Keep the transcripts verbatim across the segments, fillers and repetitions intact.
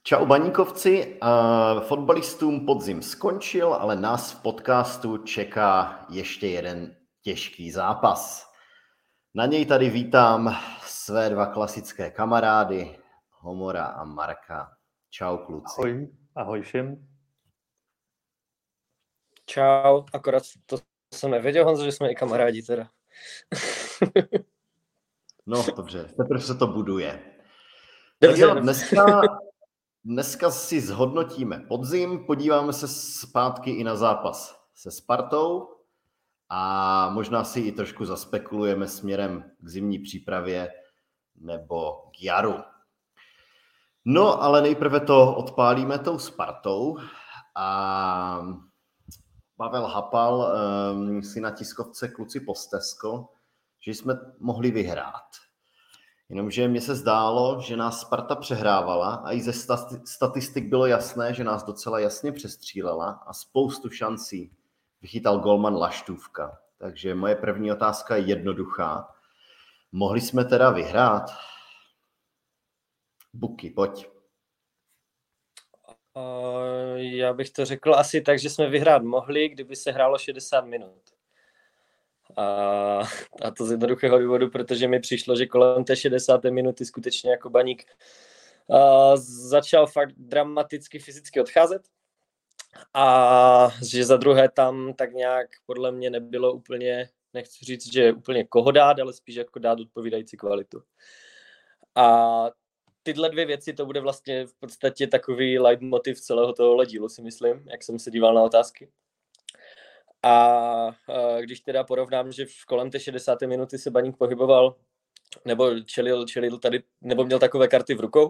Čau baníkovci, uh, fotbalistům podzim skončil, ale nás v podcastu čeká ještě jeden těžký zápas. Na něj tady vítám své dva klasické kamarády, Homora a Marka. Čau kluci. Ahoj, ahoj všem. Čau, akorát to jsem nevěděl, Honzo, že jsme i kamarádi teda. No dobře, teprve se to buduje. Dobře, tak jo, dneska, dneska si zhodnotíme podzim, podíváme se zpátky i na zápas se Spartou a možná si i trošku zaspekulujeme směrem k zimní přípravě nebo k jaru. No, ale nejprve to odpálíme tou Spartou a Pavel Hapal um, si na tiskovce kluci posteskl, že jsme mohli vyhrát. Jenomže mně se zdálo, že nás Sparta přehrávala a i ze statistik bylo jasné, že nás docela jasně přestřílela a spoustu šancí vychytal golman Laštůvka. Takže moje první otázka je jednoduchá. Mohli jsme teda vyhrát? Buky, pojď. Uh, já bych to řekl asi tak, že jsme vyhrát mohli, kdyby se hrálo šedesát minut. A, a to z jednoduchého důvodu, protože mi přišlo, že kolem té šedesáté minuty skutečně jako Baník uh, začal fakt dramaticky fyzicky odcházet a že za druhé tam tak nějak podle mě nebylo úplně, nechci říct, že úplně koho dát, ale spíš jako dát odpovídající kvalitu. A tyhle dvě věci, to bude vlastně v podstatě takový leitmotiv celého tohohle dílu, si myslím, jak jsem se díval na otázky. A když teda porovnám, že v kolem té šedesáté minuty se Baník pohyboval, nebo čelil, čelil tady, nebo měl takové karty v rukou,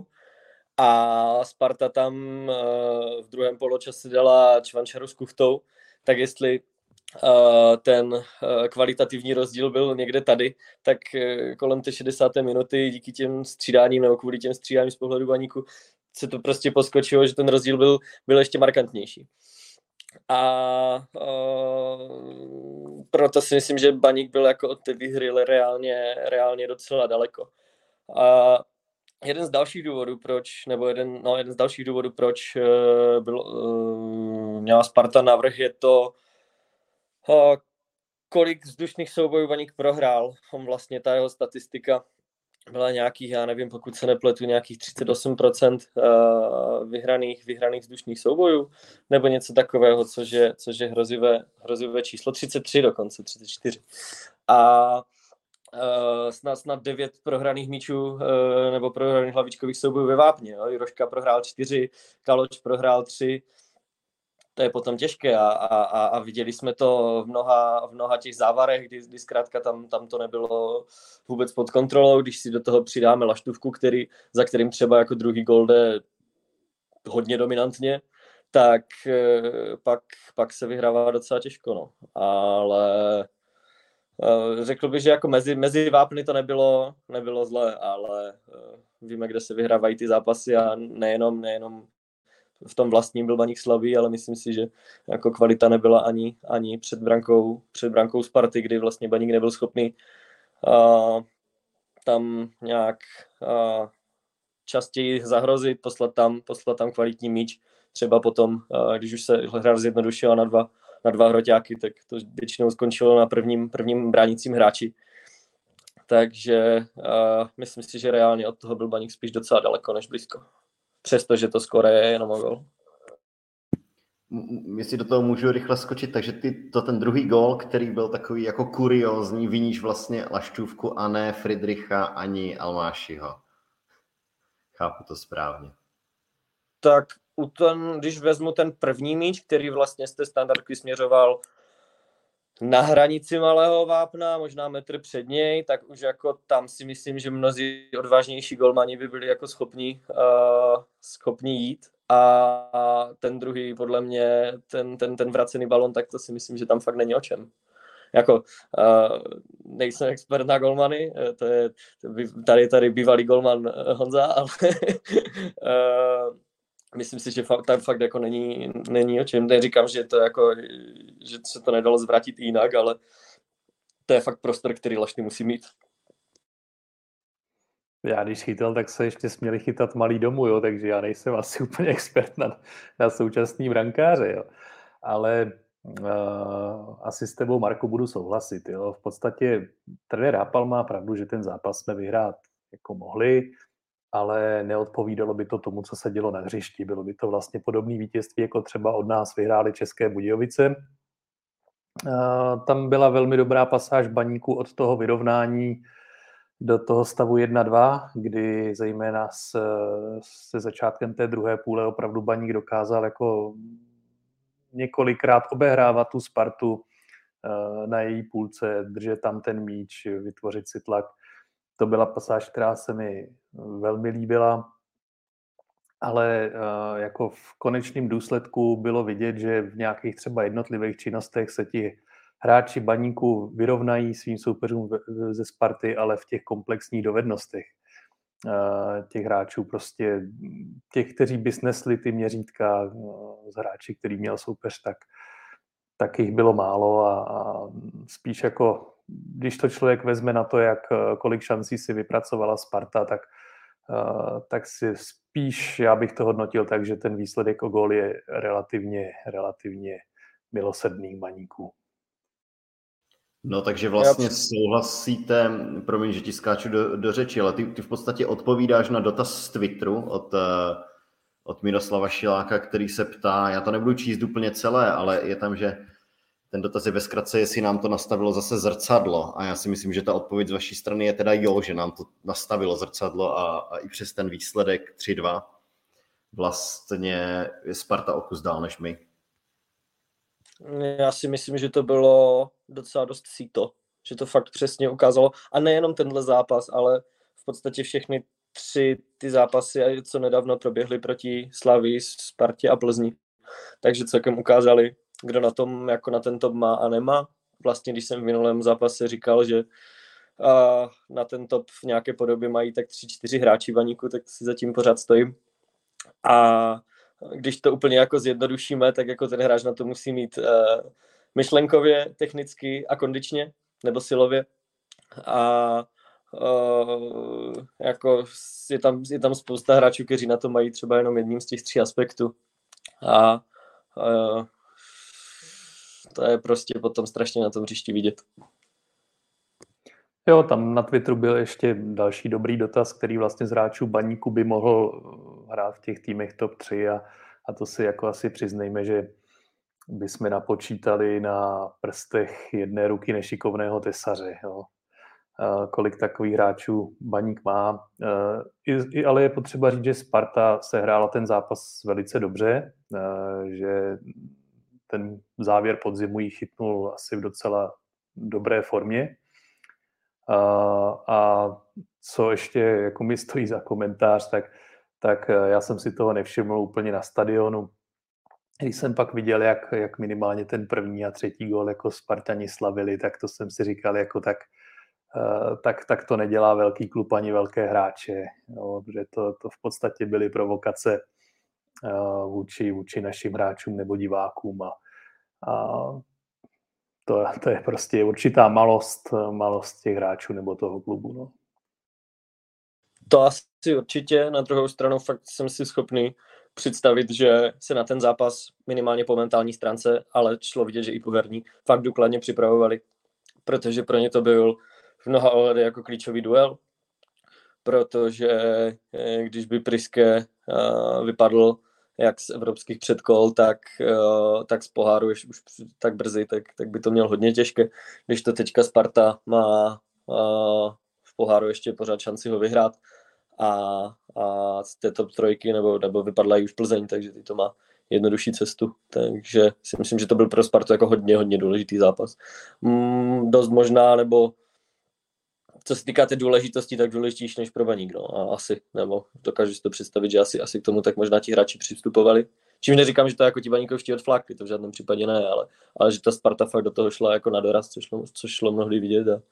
a Sparta tam v druhém poločase dala Čvančaru s Kuchtou, tak jestli ten kvalitativní rozdíl byl někde tady, tak kolem té šedesáté minuty díky těm střídáním nebo kvůli těm střídáním z pohledu Baníku se to prostě poskočilo, že ten rozdíl byl, byl ještě markantnější. A uh, proto si myslím, že Baník byl jako od té výhry reálně, reálně docela daleko. A jeden z dalších důvodů, proč, nebo jeden, no, jeden z dalších důvodů, proč uh, byl, uh, měla Sparta navrh, je to, uh, kolik vzdušných soubojů Baník prohrál. On vlastně, ta jeho statistika byla nějakých, já nevím, pokud se nepletu, nějakých třicet osm procent uh, vyhraných, vyhraných vzdušných soubojů, nebo něco takového, což je, což je hrozivé, hrozivé číslo, třicet tři dokonce, třicet čtyři. A uh, snad, snad devět prohraných míčů uh, nebo prohraných hlavičkových soubojů ve Vápně. Jo? Jiroška prohrál čtyři, Kaloč prohrál tři. To je potom těžké a, a, a viděli jsme to v mnoha, v mnoha těch závarech, kdy, kdy zkrátka tam, tam to nebylo vůbec pod kontrolou, když si do toho přidáme Laštůvku, který, za kterým třeba jako druhý gól jde hodně dominantně, tak pak, pak se vyhrává docela těžko. No. Ale řekl bych, že jako mezi, mezi Vápny to nebylo, nebylo zlé, ale víme, kde se vyhrávají ty zápasy a nejenom, nejenom v tom vlastním byl Baník slabý, ale myslím si, že jako kvalita nebyla ani, ani před brankou, před brankou Sparty, kdy vlastně Baník nebyl schopný uh, tam nějak uh, častěji zahrozit, poslat tam, poslat tam kvalitní míč. Třeba potom, uh, když už se hra zjednodušila na dva, na dva hroťáky, tak to většinou skončilo na prvním, prvním bránícím hráči. Takže uh, myslím si, že reálně od toho byl Baník spíš docela daleko než blízko. Přestože to skoro je jenom o gol. Jestli do toho můžu rychle skočit, takže ty, to ten druhý gól, který byl takový jako kuriózní, viníš vlastně Laštůvku a ne Friedricha ani Almášiho. Chápu to správně. Tak u ten, když vezmu ten první míč, který vlastně z té standardky směřoval na hranici Malého Vápna, možná metr před něj, tak už jako tam si myslím, že mnozí odvážnější golmani by byli jako schopni, uh, schopni jít. A ten druhý, podle mě, ten, ten, ten vracený balon, tak to si myslím, že tam fakt není o čem. Jako, uh, nejsem expert na golmany, to je tady, tady bývalý golman Honza, ale uh, myslím si, že fakt, tam fakt jako není, není o čem. Neříkám, že, to jako, že se to nedalo zvrátit jinak, ale to je fakt prostor, který Laštý musí mít. Já když chytal, tak se ještě směli chytat malý domů, jo, takže já nejsem asi úplně expert na, na současný brankáře, jo. Ale uh, asi s tebou, Marko, budu souhlasit, jo. V podstatě trenér Rápal má pravdu, že ten zápas jsme vyhrát jako mohli, ale neodpovídalo by to tomu, co se dělo na hřišti. Bylo by to vlastně podobné vítězství, jako třeba od nás vyhráli České Budějovice. Uh, tam byla velmi dobrá pasáž Baníku od toho vyrovnání do toho stavu jedna dva, kdy zejména s, se začátkem té druhé půle opravdu Baník dokázal jako několikrát obehrávat tu Spartu na její půlce, držet tam ten míč, vytvořit si tlak. To byla pasáž, která se mi velmi líbila, ale jako v konečném důsledku bylo vidět, že v nějakých třeba jednotlivých činnostech se ti hráči Baníku vyrovnají svým soupeřům ze Sparty, ale v těch komplexních dovednostech těch hráčů, prostě těch, kteří by snesli ty měřítka z hráči, který měl soupeř, tak, tak jich bylo málo a, a spíš jako, když to člověk vezme na to, jak kolik šancí si vypracovala Sparta, tak, tak si spíš, já bych to hodnotil tak, že ten výsledek o gól je relativně, relativně milosrdný Baníku. No takže vlastně souhlasíte, promiň, že ti skáču do, do řeči, ale ty, ty v podstatě odpovídáš na dotaz z Twitteru od, od Miroslava Šiláka, který se ptá, já to nebudu číst úplně celé, ale je tam, že ten dotaz je ve zkratce, jestli nám to nastavilo zase zrcadlo a já si myslím, že ta odpověď z vaší strany je teda jo, že nám to nastavilo zrcadlo a, a i přes ten výsledek tři dva vlastně je Sparta o kus dál než my. Já si myslím, že to bylo docela dost síto, že to fakt přesně ukázalo. A nejenom tenhle zápas, ale v podstatě všechny tři ty zápasy, co nedávno proběhly proti Slavii, Spartě a Plzni. Takže celkem ukázali, kdo na tom, jako na ten top má a nemá. Vlastně, když jsem v minulém zápase říkal, že a na ten top v nějaké podobě mají tak tři, čtyři hráči Baníku, tak si zatím pořád stojím. A když to úplně jako zjednodušíme, tak jako ten hráč na to musí mít uh, myšlenkově, technicky a kondičně, nebo silově. A uh, jako je tam, je tam spousta hráčů, kteří na to mají třeba jenom jedním z těch tří aspektů. A uh, to je prostě potom strašně na tom hřišti vidět. Jo, tam na Twitteru byl ještě další dobrý dotaz, který vlastně z hráčů Baníku by mohl hrát v těch týmech top tři a, a to si jako asi přiznejme, že bychom napočítali na prstech jedné ruky nešikovného tesaře. Jo. A kolik takových hráčů Baník má. I, ale je potřeba říct, že Sparta se hrála ten zápas velice dobře, že ten závěr podzimu ji chytnul asi v docela dobré formě. A, a co ještě jako mi stojí za komentář, tak, tak já jsem si toho nevšiml úplně na stadionu. Když jsem pak viděl, jak, jak minimálně ten první a třetí gól jako Spartani slavili, tak to jsem si říkal, jako tak, tak, tak to nedělá velký klub ani velké hráče. Jo, že to, to v podstatě byly provokace vůči, vůči našim hráčům nebo divákům a, a To, to je prostě určitá malost, malost těch hráčů nebo toho klubu. No. To asi určitě, na druhou stranu fakt jsem si schopný představit, že se na ten zápas minimálně po mentální stránce, ale šlo vidět, že i po herní, fakt důkladně připravovali, protože pro ně to byl v mnoha ohledech jako klíčový duel, protože když by Priske vypadl jak z evropských předkol, tak, tak z poháru už, už tak brzy, tak, tak by to měl hodně těžké. Když to teďka Sparta má v poháru ještě pořád šanci ho vyhrát a, a z té top trojky nebo, nebo vypadla i už Plzeň, takže ty to má jednodušší cestu. Takže si myslím, že to byl pro Spartu jako hodně, hodně důležitý zápas. Mm, dost možná, nebo co se týká té důležitosti, tak důležitější než pro Baník, no, a asi, nebo dokážu si to představit, že asi, asi k tomu tak možná ti hráči přistupovali. Čím neříkám, že to jako ti baníkovští odflákli, to v žádném případě ne, ale, ale že ta Sparta fakt do toho šla jako na doraz, což šlo, což šlo mnohdy vidět a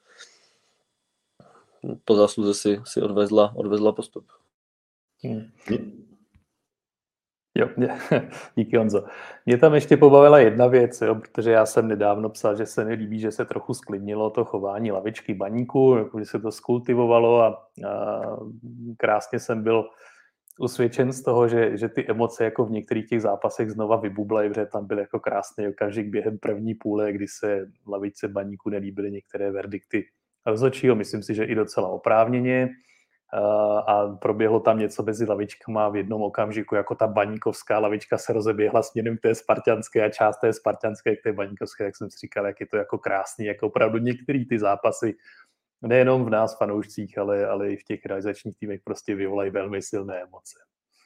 po zásluze si, si odvezla, odvezla postup. Hmm. Jo, mě, díky Honzo. Mě tam ještě pobavila jedna věc, jo, protože já jsem nedávno psal, že se mi líbí, že se trochu sklidnilo to chování lavičky Baníku, jako že se to skultivovalo a, a krásně jsem byl usvědčen z toho, že, že ty emoce jako v některých těch zápasech znova vybublají, protože tam byl jako krásný okamžik během první půle, kdy se lavičce Baníku nelíbily některé verdikty rozhodčího, myslím si, že i docela oprávněně. A proběhlo tam něco mezi lavičkama v jednom okamžiku, jako ta baníkovská lavička se rozeběhla směrem k té spartanské a část té spartanské k té baníkovské, jak jsem si říkal, jak je to jako krásný, jako opravdu některé ty zápasy, nejenom v nás fanoušcích, ale, ale i v těch realizačních týmech prostě vyvolají velmi silné emoce.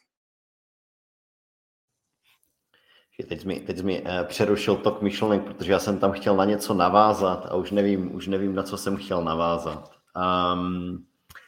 Teď jsi mi, teď jsi mi uh, přerušil tok myšlenek, protože já jsem tam chtěl na něco navázat a už nevím, už nevím, na co jsem chtěl navázat. Um,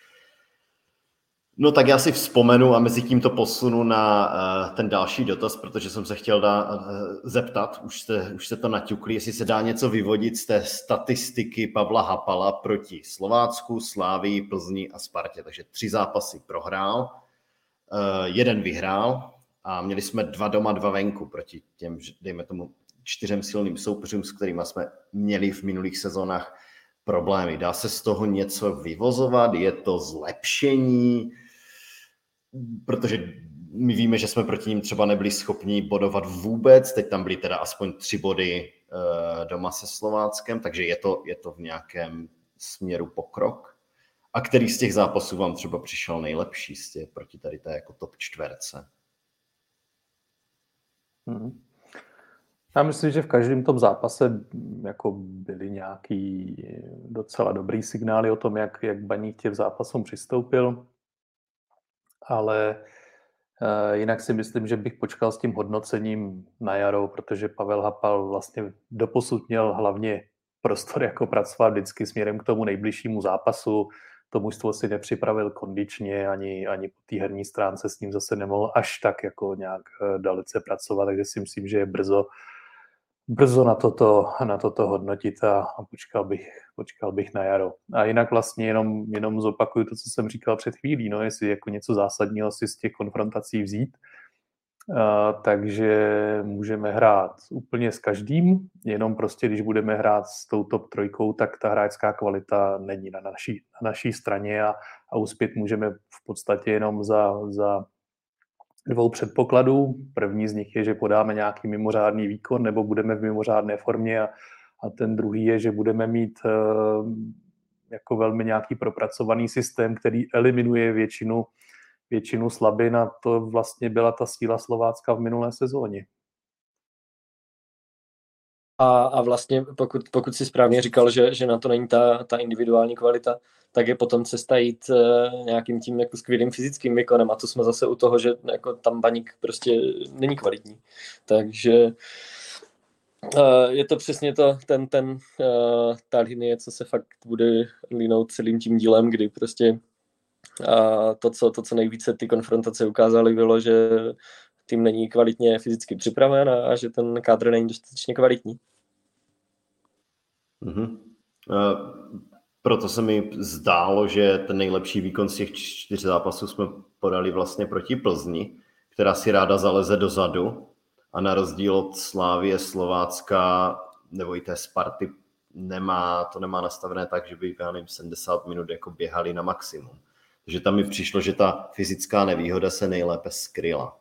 No tak já si vzpomenu a mezi tím to posunu na uh, ten další dotaz, protože jsem se chtěl dá, uh, zeptat, už jste, už jste to naťukli, jestli se dá něco vyvodit z té statistiky Pavla Hapala proti Slovácku, Slávii, Plzni a Spartě. Takže tři zápasy prohrál, uh, jeden vyhrál a měli jsme dva doma, dva venku proti těm, dejme tomu, čtyřem silným soupeřům, s kterými jsme měli v minulých sezónách problémy. Dá se z toho něco vyvozovat? Je to zlepšení? Protože my víme, že jsme proti ním třeba nebyli schopni bodovat vůbec, teď tam byly teda aspoň tři body doma se Slováckem, takže je to, je to v nějakém směru pokrok. A který z těch zápasů vám třeba přišel nejlepší z těch proti tady té jako top čtverce? Hmm. Já myslím, že v každém tom zápase jako byly nějaký docela dobrý signály o tom, jak, jak Baník těm zápasům přistoupil. Ale uh, jinak si myslím, že bych počkal s tím hodnocením na jaro, protože Pavel Hapal vlastně doposud měl hlavně prostor jako pracovat vždycky směrem k tomu nejbližšímu zápasu. To mužstvo si nepřipravil kondičně, ani, ani po té herní stránce s ním zase nemohl až tak jako nějak uh, dalece pracovat, takže si myslím, že je brzo brzo na toto, na toto hodnotit a, a počkal, bych, počkal bych na jaro. A jinak vlastně jenom, jenom zopakuju to, co jsem říkal před chvílí, no, jestli jako něco zásadního si z těch konfrontací vzít. A, takže můžeme hrát úplně s každým, jenom prostě, když budeme hrát s tou top trojkou, tak ta hráčská kvalita není na naší, na naší straně a, a uspět můžeme v podstatě jenom za, za dvou předpokladů. První z nich je, že podáme nějaký mimořádný výkon nebo budeme v mimořádné formě a, a ten druhý je, že budeme mít uh, jako velmi nějaký propracovaný systém, který eliminuje většinu, většinu slabin a to vlastně byla ta síla Slovácka v minulé sezóně. A, a vlastně pokud, pokud si správně říkal, že, že na to není ta, ta individuální kvalita, tak je potom cesta jít uh, nějakým tím jako skvělým fyzickým výkonem a to jsme zase u toho, že jako tam Baník prostě není kvalitní. Takže uh, je to přesně to, ten, ten, uh, ta linie, co se fakt bude linout celým tím dílem, kdy prostě uh, to, co, to, co nejvíce ty konfrontace ukázaly, bylo, že tým není kvalitně fyzicky připraven a, a že ten kádr není dostatečně kvalitní. Mm-hmm. Uh, proto se mi zdálo, že ten nejlepší výkon z těch čtyř zápasů jsme podali vlastně proti Plzni, která si ráda zaleze dozadu a na rozdíl od Slávie, Slovácka nebo i té Sparty nemá, to nemá nastavené tak, že by já nevím, sedmdesát minut jako běhali na maximum. Takže tam mi přišlo, že ta fyzická nevýhoda se nejlépe skryla.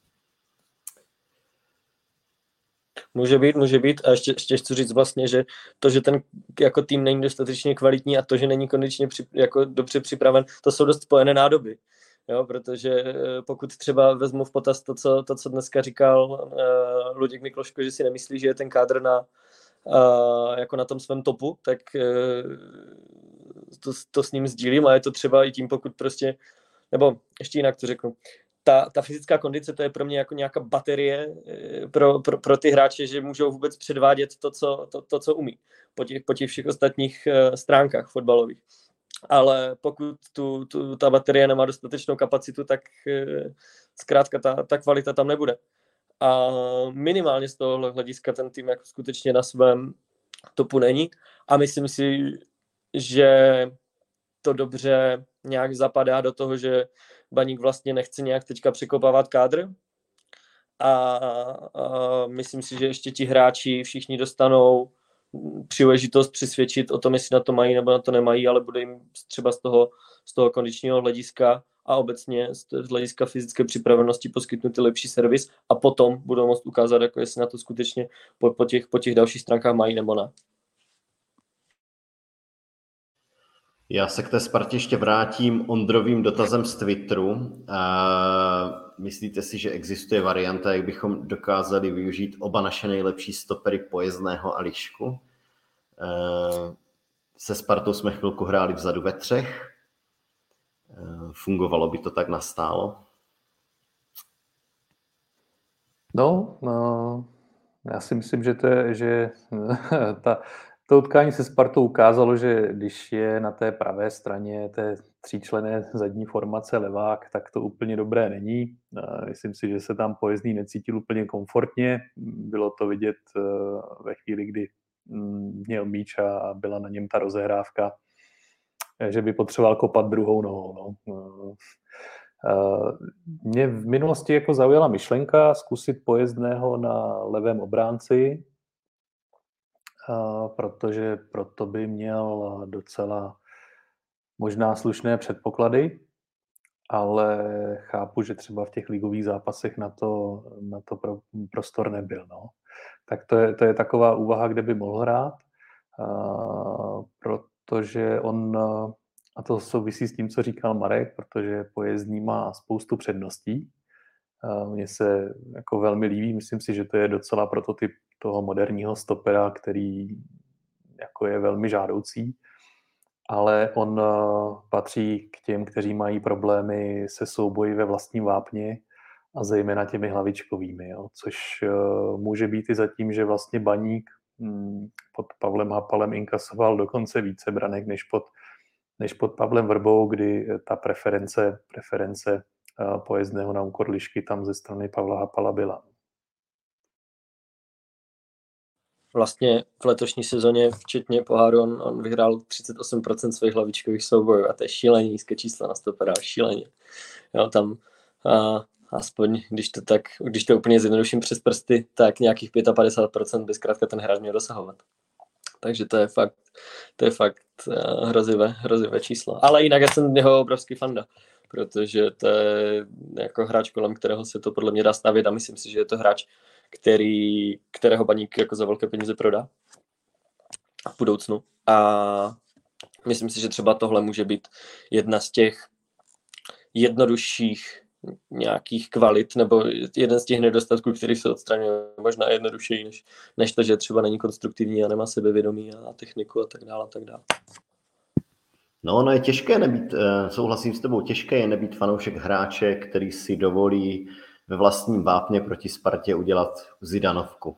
Může být, může být. A ještě, ještě chci říct vlastně, že to, že ten jako tým není dostatečně kvalitní a to, že není konečně při, jako dobře připraven, to jsou dost spojené nádoby. Jo, protože pokud třeba vezmu v potaz to, co, to, co dneska říkal uh, Luděk Mikloško, že si nemyslí, že je ten kádr na, uh, jako na tom svém topu, tak uh, to, to s ním sdílím a je to třeba i tím, pokud prostě, nebo ještě jinak to řeknu, Ta, ta fyzická kondice, to je pro mě jako nějaká baterie pro, pro, pro ty hráče, že můžou vůbec předvádět to, co, to, to, co umí po těch, po těch všech ostatních uh, stránkách fotbalových. Ale pokud tu, tu, ta baterie nemá dostatečnou kapacitu, tak uh, zkrátka ta, ta kvalita tam nebude. A minimálně z tohohle hlediska ten tým jako skutečně na svém topu není. A myslím si, že to dobře nějak zapadá do toho, že Baník vlastně nechce nějak teďka překopávat kádr a, a myslím si, že ještě ti hráči všichni dostanou příležitost přisvědčit o tom, jestli na to mají nebo na to nemají, ale bude jim třeba z toho, z toho kondičního hlediska a obecně z hlediska fyzické připravenosti poskytnutý lepší servis a potom budou moct ukázat, jako jestli na to skutečně po, po, těch, po těch dalších stránkách mají nebo ne. Já se k té Spartě ještě vrátím Ondrovým dotazem z Twitteru. Uh, myslíte si, že existuje varianta, jak bychom dokázali využít oba naše nejlepší stopery Pojezdného a Lišku? Uh, se Spartou jsme chvilku hráli vzadu ve třech. Uh, fungovalo by to tak nastálo? No, no, já si myslím, že, to je, že ta, to utkání se Spartou ukázalo, že když je na té pravé straně té tříčlenné zadní formace levák, tak to úplně dobré není. Myslím si, že se tam Pojezdný necítil úplně komfortně. Bylo to vidět ve chvíli, kdy měl míč a byla na něm ta rozehrávka, že by potřeboval kopat druhou nohou. No. Mě v minulosti jako zaujala myšlenka zkusit Pojezdného na levém obránci, protože proto by měl docela možná slušné předpoklady, ale chápu, že třeba v těch ligových zápasech na to, na to pro, prostor nebyl. No. Tak to je, to je taková úvaha, kde by mohl hrát, protože on... A to souvisí s tím, co říkal Marek, protože Pojezdný má spoustu předností. Mně se jako velmi líbí, myslím si, že to je docela prototyp toho moderního stopera, který jako je velmi žádoucí, ale on patří k těm, kteří mají problémy se souboji ve vlastním vápně a zejména těmi hlavičkovými, jo, což může být i za tím, že vlastně Baník pod Pavlem Hapalem inkasoval dokonce více branek než pod než pod Pavlem Vrbou, kdy ta preference, preference Pojezdného na úkor Lišky tam ze strany Pavla Hapala byla. Vlastně v letošní sezóně, včetně poháru, on, on vyhrál třicet osm procent svých hlavičkových soubojů a to je šíleně nízké čísla na stopera, šíleně. Jo, tam a, aspoň, když to tak, když to úplně zjednoduším přes prsty, tak nějakých padesát pět procent by zkrátka ten hráč měl dosahovat. Takže to je fakt, to je fakt uh, hrozivé, hrozivé číslo. Ale jinak já jsem něho obrovský fanda, protože to je jako hráč, kolem kterého se to podle mě dá stavět a myslím si, že je to hráč, který, kterého Baník jako za velké peníze prodá v budoucnu. A myslím si, že třeba tohle může být jedna z těch jednodušších nějakých kvalit, nebo jeden z těch nedostatků, který se odstraňuje možná jednodušeji, než, než to, že třeba není konstruktivní a nemá sebevědomí a techniku a tak dále, a tak dále. No, no je těžké nebýt, souhlasím s tebou, těžké je nebýt fanoušek hráče, který si dovolí ve vlastním vápně proti Spartě udělat Zidanovku.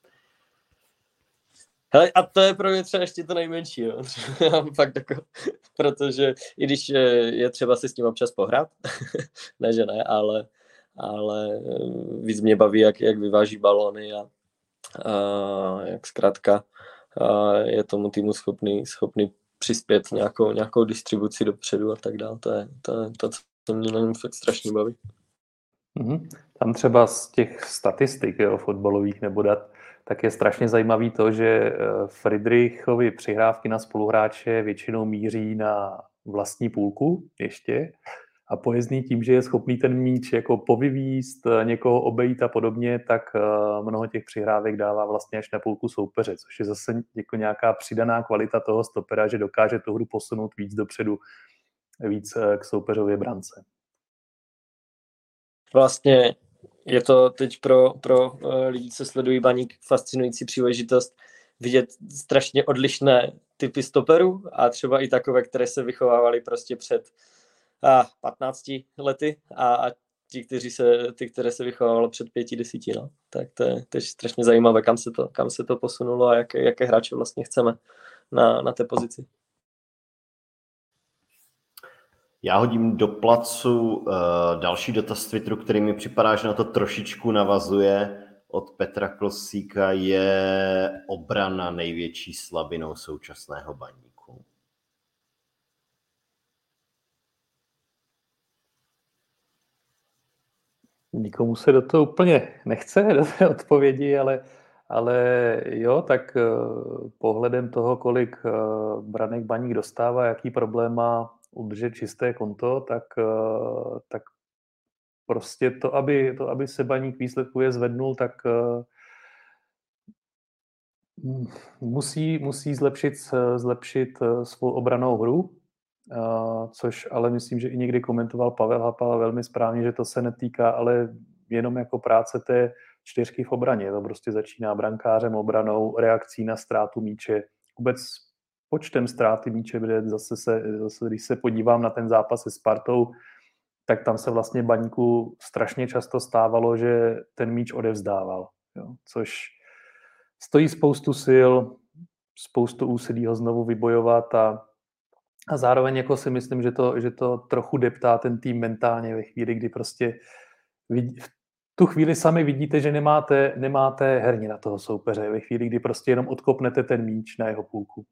Hele, a to je pro mě třeba ještě to nejmenší, jo. Fakt jako, protože i když je třeba si s tím občas pohrát, ne, že ne, ale, ale víc mě baví, jak, jak vyváží balóny a, a jak zkrátka a je tomu týmu schopný, schopný přispět nějakou, nějakou distribuci dopředu a tak dále. To je to, je to co mě na něm fakt strašně baví. Mm-hmm. Tam třeba z těch statistik, jo, fotbalových nebo dat, tak je strašně zajímavý to, že Friedrichovi přihrávky na spoluhráče většinou míří na vlastní půlku ještě a Pojezdný tím, že je schopný ten míč jako povyvízt, někoho obejít a podobně, tak mnoho těch přihrávek dává vlastně až na půlku soupeře, což je zase jako nějaká přidaná kvalita toho stopera, že dokáže tu hru posunout víc dopředu, víc k soupeřově brance. Vlastně je to teď pro, pro lidi, co sledují Baník, fascinující příležitost vidět strašně odlišné typy stoperů a třeba i takové, které se vychovávaly prostě před a, patnácti lety a, a ti, kteří se, ty, které se vychovávalo před pěti, desíti, no. Tak to je, to je strašně zajímavé, kam se to, kam se to posunulo a jaké, jaké hráče vlastně chceme na, na té pozici. Já hodím do placu uh, další dotaz z Twitteru, který mi připadá, že na to trošičku navazuje od Petra Klosíka, je obrana největší slabinou současného Baníku. Nikomu se do toho úplně nechce, do té odpovědi, ale, ale jo, tak pohledem toho, kolik branek Baník dostává, jaký problém má udržet čisté konto, tak, tak prostě to aby, to, aby se Baník výsledkově zvednul, tak musí, musí zlepšit, zlepšit svou obrannou hru, což ale myslím, že i někdy komentoval Pavel Hapala velmi správně, že to se netýká ale jenom jako práce té čtyřky v obraně. To prostě začíná brankářem, obranou, reakcí na ztrátu míče, vůbec počtem ztráty míče, kde zase, se, zase když se podívám na ten zápas se Spartou, tak tam se vlastně Baníku strašně často stávalo, že ten míč odevzdával, jo, což stojí spoustu sil, spoustu úsilí ho znovu vybojovat a, a zároveň jako si myslím, že to, že to trochu deptá ten tým mentálně ve chvíli, kdy prostě vidí, v tu chvíli sami vidíte, že nemáte, nemáte herně na toho soupeře, ve chvíli, kdy prostě jenom odkopnete ten míč na jeho půlku.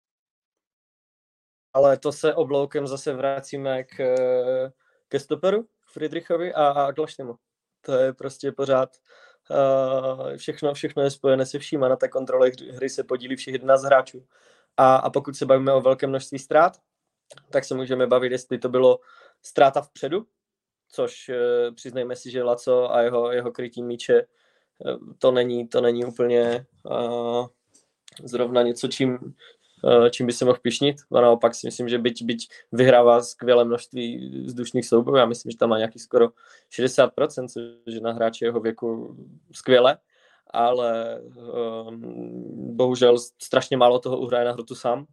Ale to se obloukem zase vracíme k, ke stoperu, Friedrichovi a, a k Laštemu. To je prostě pořád uh, všechno, všechno je spojené se vším a na té kontrole hry se podílí všech jedenáct hráčů. A, a pokud se bavíme o velké množství ztrát, tak se můžeme bavit, jestli to bylo ztráta vpředu, což uh, přiznejme si, že Laco a jeho, jeho krytí míče, uh, to není, to není úplně uh, zrovna něco, čím čím by se mohl pišnit. A naopak si myslím, že byť, byť vyhrává skvělé množství vzdušných soubojů. Já myslím, že tam má nějaký skoro šedesát procent, což je na hráče jeho věku skvěle, ale um, bohužel strašně málo toho uhraje na hrotu sám.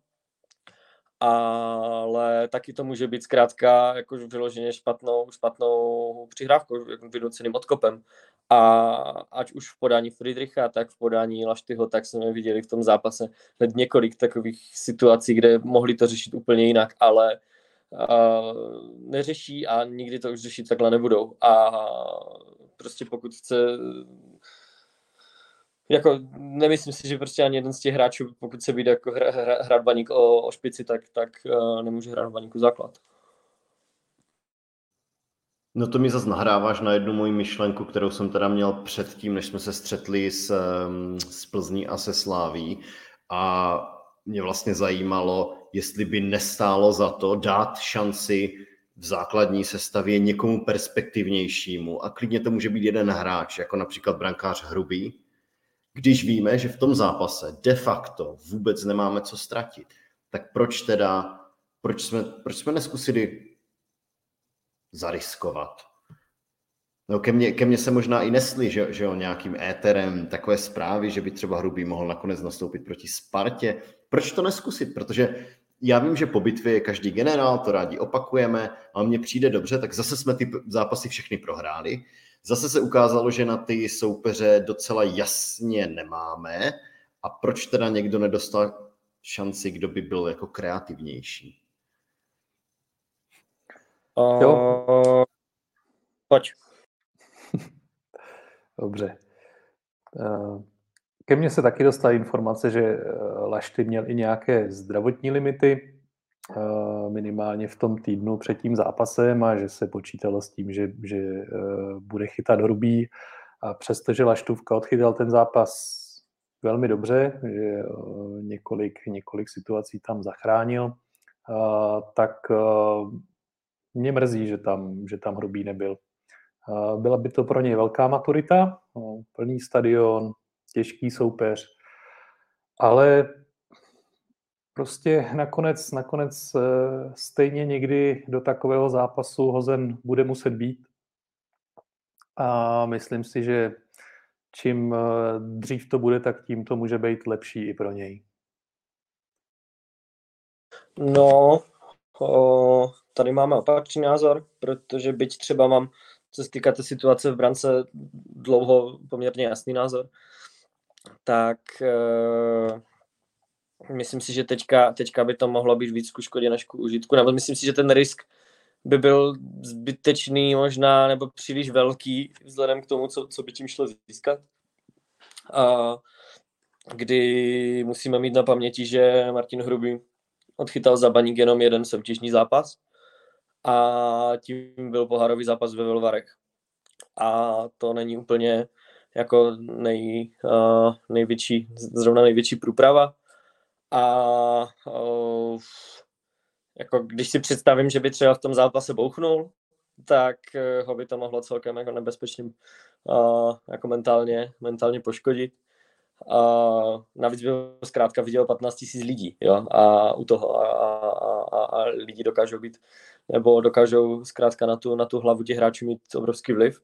Ale taky to může být zkrátka jako vyloženě špatnou, špatnou přihrávkou, vynuceným odkopem. A ať už v podání Friedricha, tak v podání Laštyho, tak jsme viděli v tom zápase hned několik takových situací, kde mohli to řešit úplně jinak, ale uh, neřeší a nikdy to už řešit takhle nebudou. A prostě pokud chce... Jako, nemyslím si, že prostě ani jeden z těch hráčů, pokud se vyjde jako hra, hra, hrát Baník o, o špici, tak, tak uh, nemůže hrát Baníku základ. No to mi zase nahráváš na jednu moji myšlenku, kterou jsem teda měl předtím, než jsme se střetli s, s Plzní a se Sláví. A mě vlastně zajímalo, jestli by nestálo za to dát šanci v základní sestavě někomu perspektivnějšímu. A klidně to může být jeden hráč, jako například brankář Hrubý, když víme, že v tom zápase de facto vůbec nemáme co ztratit. Tak proč teda, proč jsme, proč jsme neskusili zariskovat? No ke mně, ke mně se možná i nesli, že, že jo, nějakým éterem takové zprávy, že by třeba Hrubý mohl nakonec nastoupit proti Spartě. Proč to neskusit? Protože já vím, že po bitvě je každý generál, to rádi opakujeme, ale mně přijde dobře, tak zase jsme ty zápasy všechny prohráli. Zase se ukázalo, že na ty soupeře docela jasně nemáme. A proč teda někdo nedostal šanci, kdo by byl jako kreativnější? Jo. Uh, pojď. Dobře. Ke mně se taky dostala informace, že Lašty měl i nějaké zdravotní limity, minimálně v tom týdnu před tím zápasem a že se počítalo s tím, že, že bude chytat Hrubý. A přestože Laštůvka odchytal ten zápas velmi dobře, že několik, několik situací tam zachránil, tak mě mrzí, že tam, že tam Hrubý nebyl. Byla by to pro něj velká maturita, plný stadion, těžký soupeř, ale prostě nakonec, nakonec stejně někdy do takového zápasu hozen bude muset být. A myslím si, že čím dřív to bude, tak tím to může být lepší i pro něj. No, o, tady máme opačný názor, protože byť třeba mám, co se týká té situace v brance, dlouho poměrně jasný názor, tak e, myslím si, že teďka, teďka by to mohlo být víc ku škodě než ku užitku, nebo myslím si, že ten risk by byl zbytečný možná, nebo příliš velký vzhledem k tomu, co, co by tím šlo získat. A kdy musíme mít na paměti, že Martin Hrubý odchytal za Baník jenom jeden soutěžní zápas a tím byl pohárový zápas ve Velvarech. a to není úplně jako nej, uh, největší, zrovna největší průprava. A uh, jako když si představím, že by třeba v tom zápase bouchnul, tak uh, ho by to mohlo celkem jako nebezpečně uh, jako mentálně, mentálně poškodit. Uh, navíc by ho zkrátka viděl patnáct tisíc lidí, jo, a u toho a, a, a, a lidi dokážou být, nebo dokážou zkrátka na tu, na tu hlavu těch hráčů mít obrovský vliv.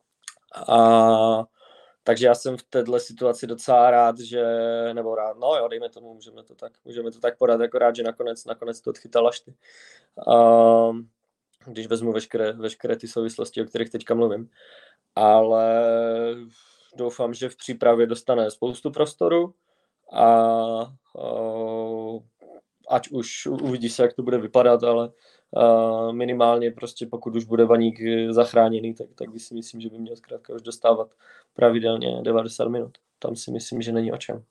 A takže já jsem v této situaci docela rád, že, nebo rád, no jo, dejme tomu, můžeme to tak, můžeme to tak podat, jako rád, že nakonec, nakonec to odchytal až ty. Uh, když vezmu veškeré, veškeré ty souvislosti, o kterých teďka mluvím. Ale doufám, že v přípravě dostane spoustu prostoru a uh, ať už uvidí se, jak to bude vypadat, ale uh, minimálně prostě pokud už bude Baník zachráněný, tak, tak si myslím, že by měl zkrátka už dostávat pravidelně devadesát minut. Tam si myslím, že není o čem.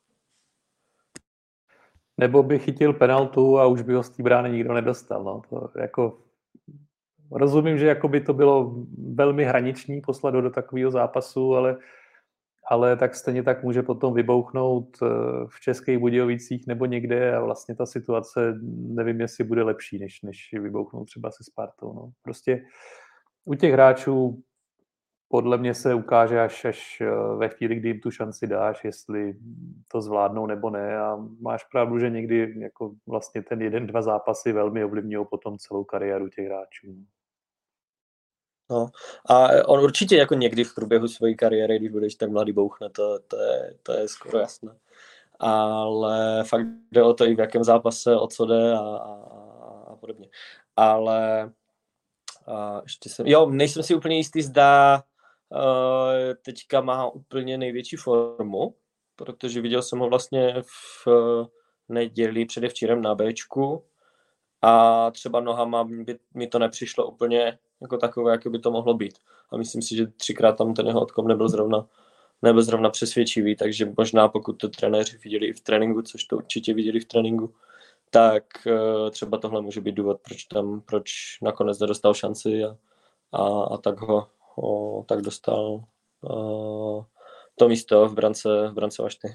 Nebo by chytil penaltu a už by ho z té brány nikdo nedostal. No. To jako, rozumím, že jako by to bylo velmi hraniční poslat do takového zápasu, ale, ale tak stejně tak může potom vybouchnout v Českých Budějovicích nebo někde a vlastně ta situace nevím, jestli bude lepší, než, než vybouchnout třeba se Spartou. No. Prostě u těch hráčů podle mě se ukáže až, až ve chvíli, kdy jim tu šanci dáš, jestli to zvládnou nebo ne. A máš pravdu, že někdy jako vlastně ten jeden, dva zápasy velmi ovlivňují potom celou kariéru těch hráčů. No. A on určitě jako někdy v průběhu své kariéry, když budeš tak mladý, bouchne, to, to, je, to je skoro jasné. Ale fakt jde o to, i v jakém zápase, o co jde a, a, a podobně. Ale a ještě jsem, jo, nejsem si úplně jistý, zda uh, teďka má úplně největší formu, protože viděl jsem ho vlastně v uh, neděli předevčírem na Bčku a třeba nohama by mi to nepřišlo úplně jako takové, jak by to mohlo být. A myslím si, že třikrát tam ten jeho odkop nebyl zrovna, nebyl zrovna přesvědčivý, takže možná pokud to trenéři viděli i v tréninku, což to určitě viděli v tréninku, tak uh, třeba tohle může být důvod, proč tam, proč nakonec nedostal šanci a, a, a tak ho, ho tak dostal uh, to místo v brance, v brance Vašty.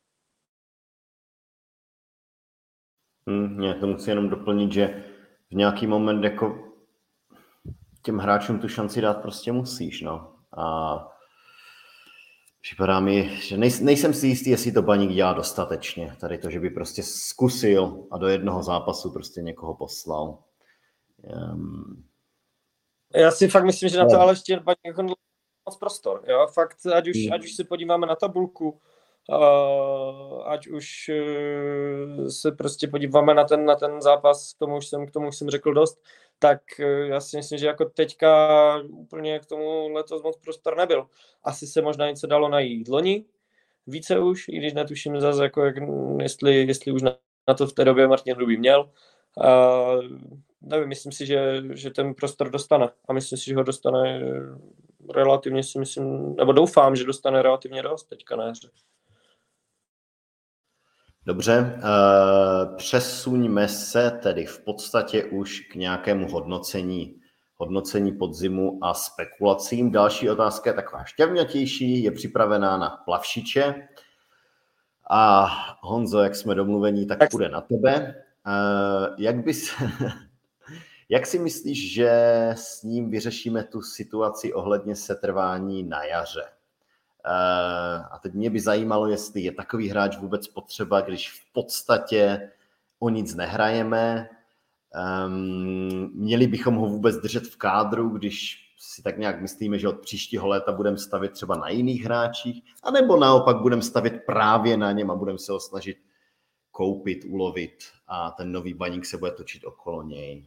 Hmm, já to musím jenom doplnit, že v nějaký moment jako těm hráčům tu šanci dát prostě musíš, no. A připadá mi, že nej, nejsem si jistý, jestli to Baník dělá dostatečně. Tady to, že by prostě zkusil a do jednoho zápasu prostě někoho poslal. Um... Já si fakt myslím, že na to ale ještě Baník jako moc prostor. Jo? Fakt, ať už, ať už se podíváme na tabulku, Uh, ať už uh, se prostě podíváme na ten, na ten zápas, k tomu už jsem, k tomu už jsem řekl dost, tak uh, já si myslím, že jako teďka úplně k tomu letos moc prostor nebyl. Asi se možná něco dalo najít loni, více už, i když netuším zase, jako jak, jestli, jestli už na, na to v té době Martin Hrubý měl. Uh, nevím, myslím si, že, že ten prostor dostane a myslím si, že ho dostane relativně, si myslím, nebo doufám, že dostane relativně dost teďka na hře. Dobře, přesuňme se tedy v podstatě už k nějakému hodnocení, hodnocení podzimu a spekulacím. Další otázka je taková šťavnatější, je připravená na Plavšiče. A Honzo, jak jsme domluvení, tak půjde na tebe. Jak bys, jak si myslíš, že s ním vyřešíme tu situaci ohledně setrvání na jaře? A teď mě by zajímalo, jestli je takový hráč vůbec potřeba, když v podstatě o nic nehrajeme. Um, měli bychom ho vůbec držet v kádru, když si tak nějak myslíme, že od příštího léta budeme stavit třeba na jiných hráčích, anebo naopak budeme stavit právě na něm a budeme se ho snažit koupit, ulovit a ten nový Baník se bude točit okolo něj.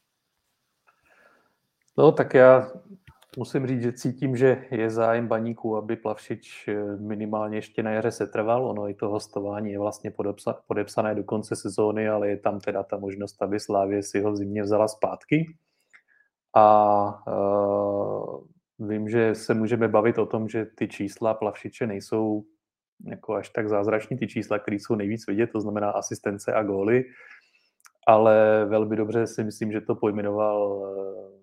No tak já musím říct, že cítím, že je zájem Baníku, aby Plavšič minimálně ještě na jaře setrval. Ono i to hostování je vlastně podepsa, podepsané do konce sezóny, ale je tam teda ta možnost, aby Slavie si ho v zimě vzala zpátky. A uh, vím, že se můžeme bavit o tom, že ty čísla Plavšiče nejsou jako až tak zázrační, ty čísla, které jsou nejvíc vidět, to znamená asistence a góly, ale velmi dobře si myslím, že to pojmenoval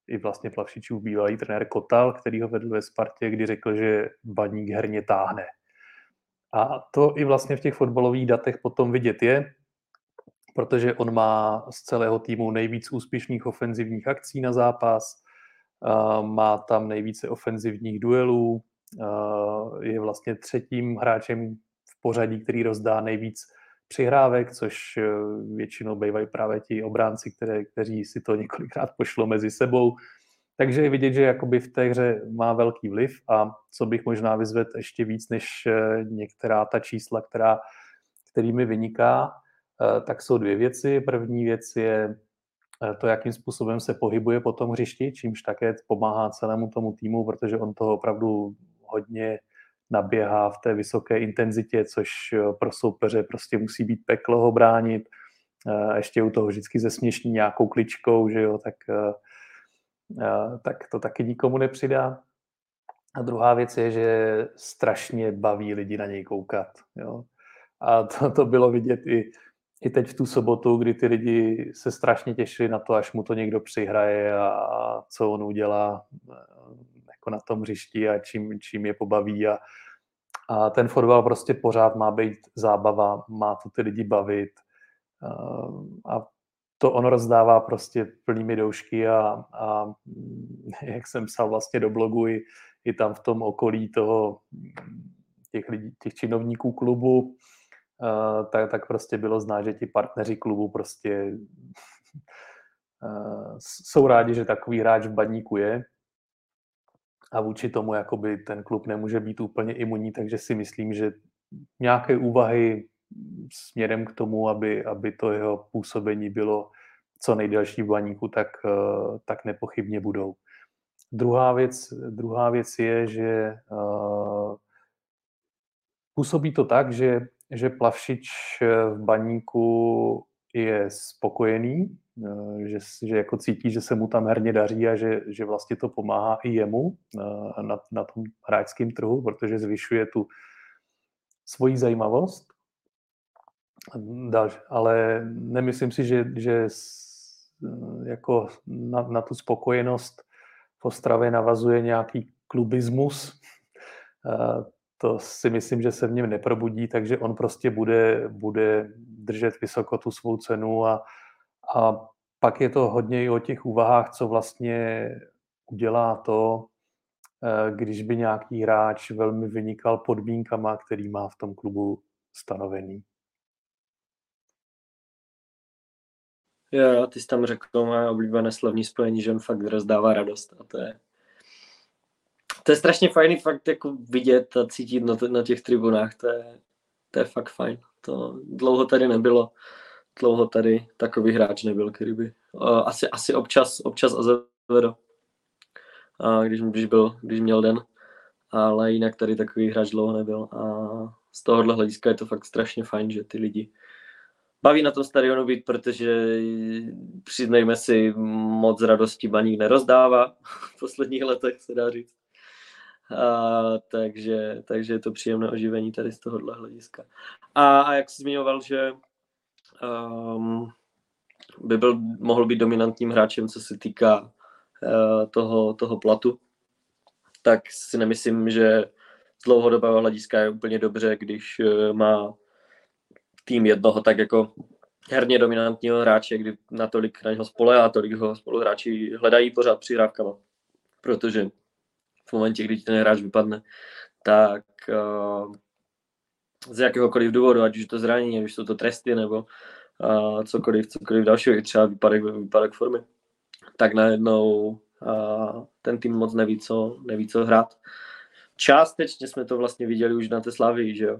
i vlastně Plavšičův bývalý trenér Kotal, který ho vedl ve Spartě, kdy řekl, že Baník herně táhne. A to i vlastně v těch fotbalových datech potom vidět je, protože on má z celého týmu nejvíc úspěšných ofenzivních akcí na zápas, má tam nejvíce ofenzivních duelů, je vlastně třetím hráčem v pořadí, který rozdá nejvíc přihrávek, což většinou bývají právě ti obránci, které, kteří si to několikrát pošlo mezi sebou. Takže je vidět, že jakoby v té hře má velký vliv a co bych možná vyzvedl ještě víc než některá ta čísla, která, kterými vyniká, tak jsou dvě věci. První věc je to, jakým způsobem se pohybuje po tom hřišti, čímž také pomáhá celému tomu týmu, protože on toho opravdu hodně naběhá v té vysoké intenzitě, což pro soupeře prostě musí být peklo ho bránit. Ještě u toho vždycky zesměšní nějakou kličkou, že jo, tak, tak to taky nikomu nepřidá. A druhá věc je, že strašně baví lidi na něj koukat. Jo. A to, to bylo vidět i, i teď v tu sobotu, kdy ty lidi se strašně těšili na to, až mu to někdo přihraje a, a co on udělá jako na tom hřišti a čím, čím je pobaví. A, a ten fotbal prostě pořád má být zábava, má to ty lidi bavit. A, a to on rozdává prostě plnými doušky a, a jak jsem psal vlastně do blogu i, i tam v tom okolí toho těch lidí, těch činovníků klubu, uh, tak, tak prostě bylo znát, že ti partneři klubu prostě uh, jsou rádi, že takový hráč v Baníku je a vůči tomu jakoby ten klub nemůže být úplně imunní, takže si myslím, že nějaké úvahy směrem k tomu, aby, aby to jeho působení bylo co nejdelší v Baníku, tak, uh, tak nepochybně budou. Druhá věc, druhá věc je, že uh, působí to tak, že, že Plavšič v Baníku je spokojený, uh, že, že jako cítí, že se mu tam herně daří a že, že vlastně to pomáhá i jemu uh, na, na tom hráčském trhu, protože zvyšuje tu svoji zajímavost. Ale nemyslím si, že, že jako na, na tu spokojenost v Ostravě navazuje nějaký klubismus. To si myslím, že se v něm neprobudí, takže on prostě bude, bude držet vysoko tu svou cenu a, a pak je to hodně i o těch úvahách, co vlastně udělá to, když by nějaký hráč velmi vynikal podmínkama, který má v tom klubu stanovený. Jo, ty jsi tam řekl moje oblíbené slovní spojení, že on fakt rozdává radost a to je to je strašně fajný fakt jako vidět a cítit na, t- na těch tribunách, to je, to je fakt fajn. To dlouho tady nebylo, dlouho tady takový hráč nebyl, který by uh, asi, asi občas, občas Azevedo, uh, když, když, byl, když měl den, ale jinak tady takový hráč dlouho nebyl a z tohohle hlediska je to fakt strašně fajn, že ty lidi baví na tom stadionu být, protože přiznejme si, moc radosti Baník nerozdává v posledních letech, se dá říct. A, takže, takže je to příjemné oživení tady z tohohle hlediska. A, a jak jsi zmiňoval, že um, by byl, mohl být dominantním hráčem, co se týká uh, toho, toho platu, tak si nemyslím, že z dlouhodobého hlediska je úplně dobře, když uh, má tým jednoho tak jako herně dominantního hráče, kdy natolik na něho spolehá, tolik ho spoluhráči hledají pořád přihrávkama. Protože v momentě, kdy ten hráč vypadne, tak uh, z jakéhokoliv důvodu, ať už to zranění, ať už jsou to tresty, nebo uh, cokoliv, cokoliv dalšího, i třeba výpadek, výpadek formy, tak najednou uh, ten tým moc neví co, neví, co hrát. Částečně jsme to vlastně viděli už na té Slavii, že jo.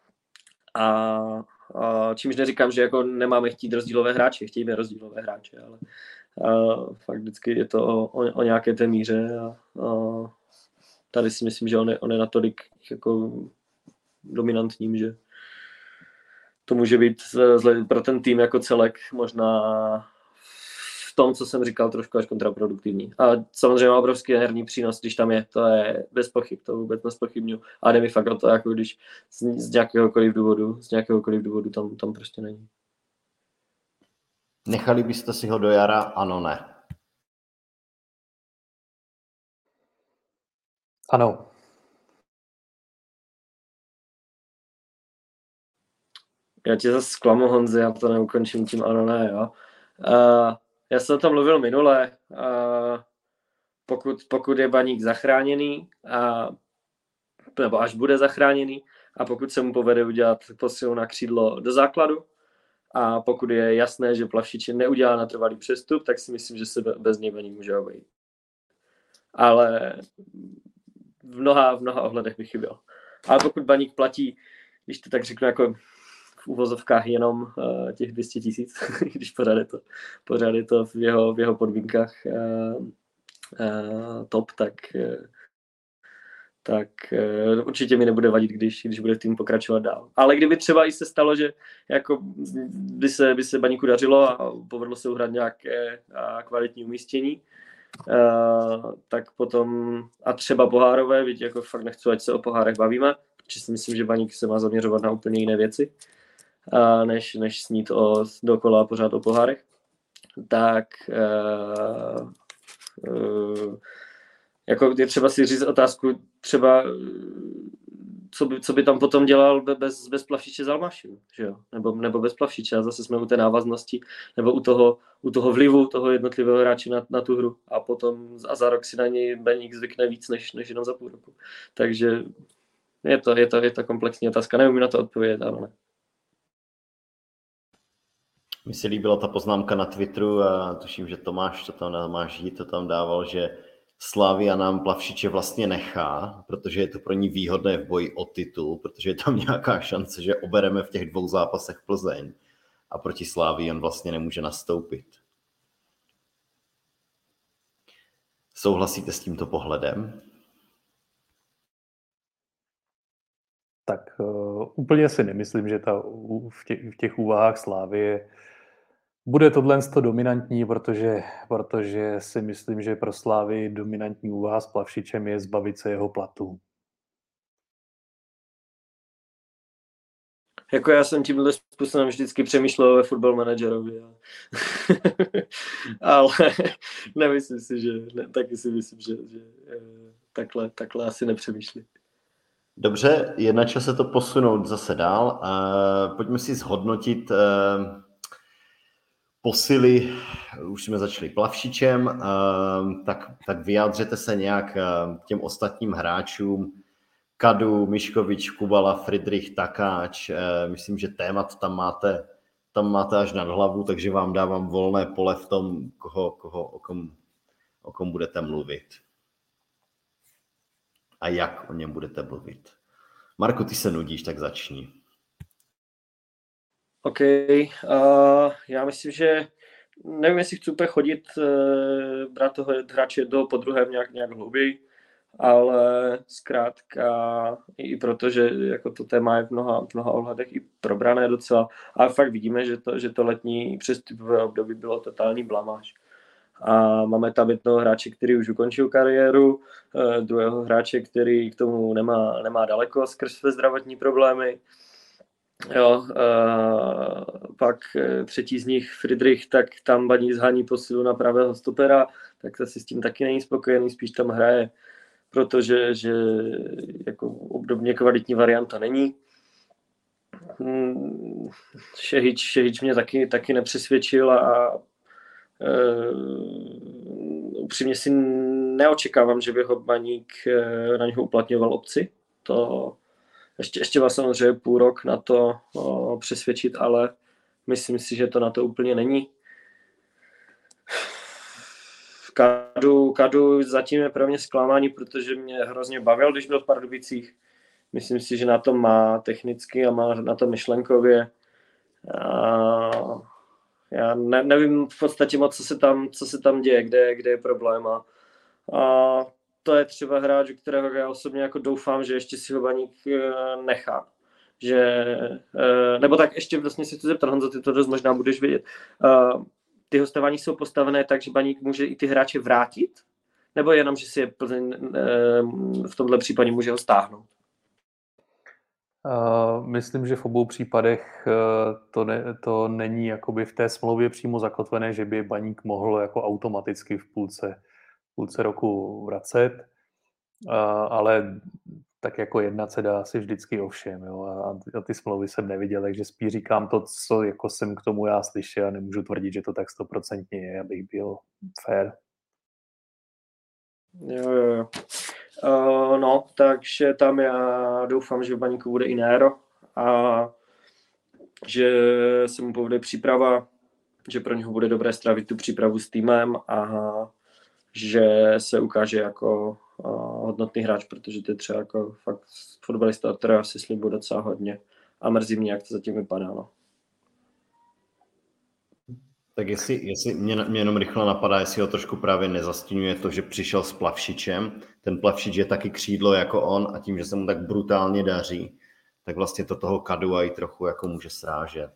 A uh, čímž neříkám, že jako nemáme chtít rozdílové hráče, chtějme rozdílové hráče, ale uh, fakt vždycky je to o, o, o nějaké té míře a uh, tady si myslím, že on je, on je natolik jako dominantním, že to může být pro ten tým jako celek možná v tom, co jsem říkal, trošku až kontraproduktivní. A samozřejmě má obrovský herní přínos, když tam je, to je bez pochyb, to vůbec nespochybňuji. A jde mi fakt o to, jako když z, z nějakéhokoliv důvodu, z nějakéhokoliv důvodu tam, tam prostě není. Nechali byste si ho do jara? Ano, ne. Ano. Já tě zase zklamu, Honzi, já to neukončím tím ano, ne, jo. Uh, já jsem o tom mluvil minule. Uh, pokud, pokud je Baník zachráněný, a, nebo až bude zachráněný, a pokud se mu povede udělat posilu na křídlo do základu, a pokud je jasné, že Plavšič neudělá na trvalý přestup, tak si myslím, že se bez něj Baník může obejít. Ale v mnoha, v mnoha ohledech by chyběl. Ale pokud Baník platí, když to tak řeknu, jako v uvozovkách jenom uh, těch dvě stě tisíc, když pořád je to, pořád je to v, jeho, v jeho podmínkách uh, uh, top, tak, uh, tak uh, určitě mi nebude vadit, když, když bude tým pokračovat dál. Ale kdyby třeba i se stalo, že jako by se, by se Baníku dařilo a povedlo se uhrát nějaké uh, kvalitní umístění, Uh, tak potom a třeba pohárové, víte, jako fakt nechci, ať se o pohárech bavíme, protože si myslím, že Baník se má zaměřovat na úplně jiné věci, uh, než, než snít o, dokola pořád o pohárech, tak uh, uh, jako je třeba si říct otázku, třeba co by, co by tam potom dělal bez, bez Plavšiče Zalmaši, že jo? Nebo, nebo bez Plavšiče, a zase jsme u té návaznosti, nebo u toho, u toho vlivu toho jednotlivého hráče na, na tu hru, a potom a za rok si na něj Baník zvykne víc, než, než jenom za půl roku. Takže je to, je to, je to komplexní otázka, nevím na to odpovědět, ale ne. Mně se líbila ta poznámka na Twitteru a tuším, že Tomáš, to tam Tomáš Žít, to tam dával, že Slavia nám Plavšiče vlastně nechá, protože je to pro ní výhodné v boji o titul, protože je tam nějaká šance, že obereme v těch dvou zápasech Plzeň a proti Slavii on vlastně nemůže nastoupit. Souhlasíte s tímto pohledem? Tak uh, úplně si nemyslím, že ta, v, těch, v těch úvahách Slavie bude tohle dominantní, protože, protože si myslím, že pro Slávy dominantní úvaha s Plavšičem je zbavit se jeho platu. Jako já jsem tímhle způsobem vždycky přemýšlel ve Football Managerovi. Ale nemyslím si, že ne, taky si myslím, že, že takhle, takhle asi nepřemýšlí. Dobře, je na čase to posunout zase dál. Uh, pojďme si zhodnotit uh, posily. Už jsme začali Plavšičem, uh, tak, tak vyjádřete se nějak uh, těm ostatním hráčům. Kadu, Miškovič, Kubala, Friedrich, Takáč. Uh, myslím, že témat tam máte, tam máte až nad hlavu, takže vám dávám volné pole v tom, koho, koho, o, kom, o kom budete mluvit. A jak o něm budete mluvit. Marku, ty se nudíš, tak začni. OK, uh, já myslím, že nevím, jestli chci úplně chodit, uh, brát toho hráče jednoho po druhém nějak, nějak hlouběji, ale zkrátka i proto, že jako to téma je v mnoha, v mnoha ohledech i probrané docela, ale fakt vidíme, že to, že to letní přestupové období bylo totální blamáž. A máme tam jednoho hráče, který už ukončil kariéru, druhého hráče, který k tomu nemá, nemá daleko skrz své zdravotní problémy. Jo, pak třetí z nich, Friedrich, tak tam Baník zhání posilu na pravého stopera, tak asi s tím taky není spokojený, spíš tam hraje, protože že jako obdobně kvalitní varianta není. Šehič, Šehič mě taky, taky nepřesvědčil a Uh, upřímně si neočekávám, že by ho Baník uh, na něho uplatňoval opci. To ještě, ještě má samozřejmě půl rok na to uh, přesvědčit, ale myslím si, že to na to úplně není. Kadu, Kadu zatím je pro mě zklamání, protože mě hrozně bavil, když byl v Pardubicích. Myslím si, že na to má technicky a má na to myšlenkově. Uh, Já ne, nevím v podstatě moc, co se tam, co se tam děje, kde, kde je problém. A, a to je třeba hráč, kterého já osobně jako doufám, že ještě si ho Baník nechá. Že, nebo tak ještě vlastně si chci zeptat, Honzo, ty to dost možná budeš vědět. Ty hostování jsou postavené tak, že Baník může i ty hráče vrátit? Nebo jenom, že si je Plzeň v tomhle případě může ho stáhnout? Uh, myslím, že v obou případech uh, to, ne, to není jakoby v té smlouvě přímo zakotvené, že by Baník mohl jako automaticky v půlce, v půlce roku vracet. ale tak jako jednat se dá asi vždycky o všem, jo, a ty smlouvy jsem neviděl, takže spíš říkám to, co jako jsem k tomu já slyšel, a nemůžu tvrdit, že to tak stoprocentně je, abych byl fair. Jo, jo, jo. Uh, no, takže tam já doufám, že v Baníku bude i Nero a že se mu povede příprava, že pro něho bude dobré strávit tu přípravu s týmem a že se ukáže jako uh, hodnotný hráč, protože to je třeba jako fakt fotbalista, která si slíbil docela hodně a mrzí mě, jak to zatím vypadá. No. Tak jestli, jestli mě, mě jenom rychle napadá, jestli ho trošku právě nezastínuje to, že přišel s Plavšičem. Ten Plavšič je taky křídlo jako on a tím, že se mu tak brutálně daří, tak vlastně to toho Kadua i trochu jako může srážet.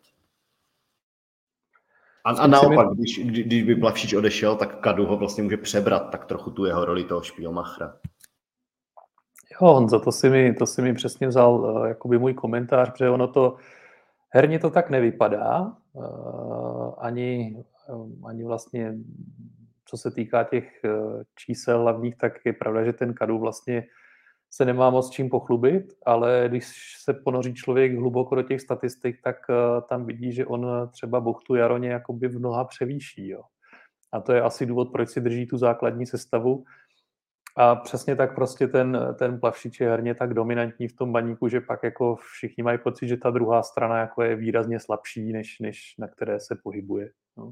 A, a naopak, když, když by Plavšič odešel, tak Kadu ho vlastně může přebrat tak trochu tu jeho roli toho Špílmachra. Jo, Honzo, to si mi, to si mi přesně vzal uh, jakoby můj komentář, protože ono to herně to tak nevypadá, uh, ani, um, ani vlastně, co se týká těch uh, čísel hlavních, tak je pravda, že ten Kadu vlastně se nemá moc čím pochlubit, ale když se ponoří člověk hluboko do těch statistik, tak uh, tam vidí, že on třeba Buchtu Jaroně jakoby v mnoha převýší. Jo. A to je asi důvod, proč si drží tu základní sestavu. A přesně tak prostě ten, ten Plavšič je herně tak dominantní v tom Baníku, že pak jako všichni mají pocit, že ta druhá strana jako je výrazně slabší, než, než na které se pohybuje. No.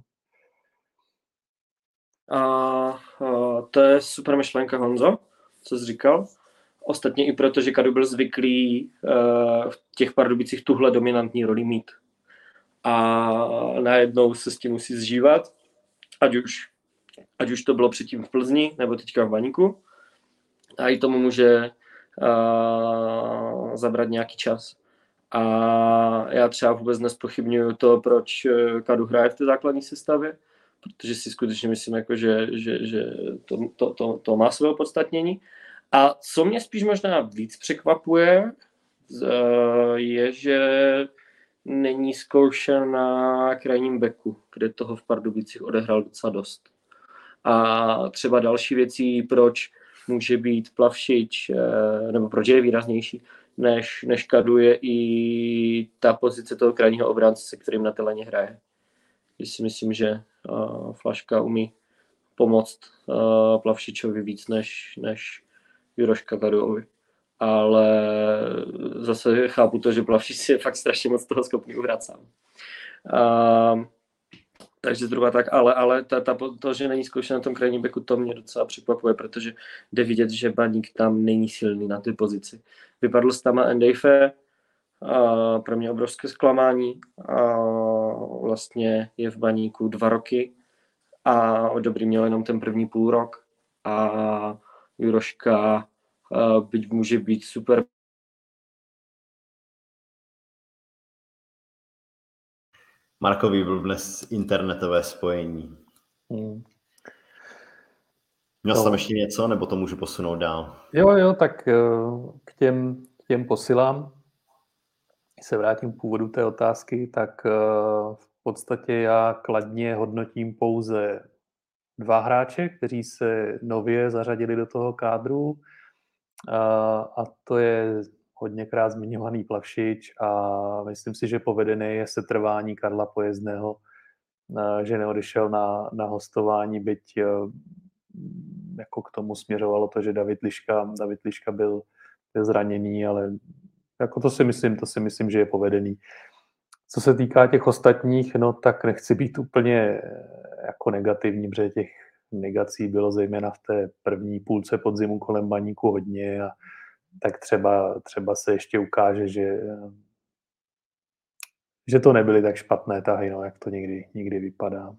A, a to je super myšlenka, Honzo, co jsi říkal. Ostatně i proto, že Kadu byl zvyklý uh, v těch Pardubicích tuhle dominantní roli mít. A najednou se s tím musí zžívat, ať už, ať už to bylo předtím v Plzni, nebo teďka v Baníku. A i tomu může uh, zabrat nějaký čas. A já třeba vůbec nezpochybňuju to, proč Kadu hraje v té základní sestavě, protože si skutečně myslím, jako, že, že, že to, to, to, to má své opodstatnění. A co mě spíš možná víc překvapuje, je, že není zkoušen na krajním beku, kde toho v Pardubicích odehrál docela dost. A třeba další věcí, proč může být Plavšič, nebo proč je výraznější než, než Kadu, je i ta pozice toho krajního obránce, se kterým na té laně hraje. Když si myslím, že uh, Flaška umí pomoct uh, Plavšičovi víc než, než Juroška Kaduovi. Ale zase chápu to, že Plavšič si je fakt strašně moc toho schopný uhrát sám. Uh, takže zhruba tak, ale, ale ta, ta, to, že není zkoušen na tom krajním beku, to mě docela překvapuje, protože jde vidět, že Baník tam není silný na té pozici. Vypadl s tam Endejfe, a pro mě obrovské zklamání. A vlastně je v Baníku dva roky a dobrý měl jenom ten první půl rok a Juroška, byť může být super. Markovi byl dnes internetové spojení. Hmm. Měl jsi tam ještě něco, nebo to můžu posunout dál? Jo, jo, tak k těm, k těm posilám, když se vrátím k původu té otázky, tak v podstatě já kladně hodnotím pouze dva hráče, kteří se nově zařadili do toho kádru, a to je hodněkrát zmiňovaný Plavšič a myslím si, že povedené je setrvání Karla Pojezdného, že neodešel na, na hostování, byť jako k tomu směřovalo to, že David Liška, David Liška byl, byl zraněný, ale jako to si myslím, to si myslím, že je povedený. Co se týká těch ostatních, no tak nechci být úplně jako negativní, protože těch negací bylo zejména v té první půlce podzimu kolem Baníku hodně a tak třeba, třeba se ještě ukáže, že, že to nebyly tak špatné tahy, no, jak to někdy, někdy vypadá.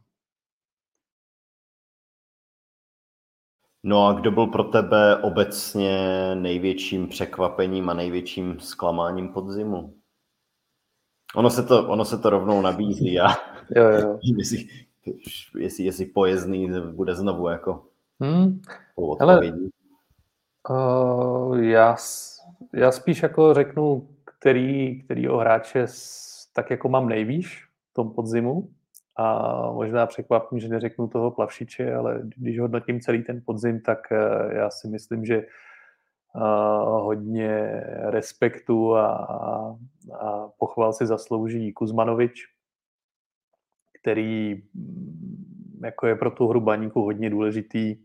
No a kdo byl pro tebe obecně největším překvapením a největším zklamáním podzimu? Ono se to, ono se to rovnou nabízí a jo, jo. jestli, jestli, jestli Pojezdný bude znovu jako hmm. po odpovědí. Uh, já, já spíš jako řeknu, který, kterýho hráče tak jako mám nejvýš v tom podzimu a možná překvapím, že neřeknu toho Plavšiče, ale když hodnotím celý ten podzim, tak já si myslím, že hodně respektu a, a pochval si zaslouží Kuzmanovič, který jako je pro tu hru Baníku hodně důležitý.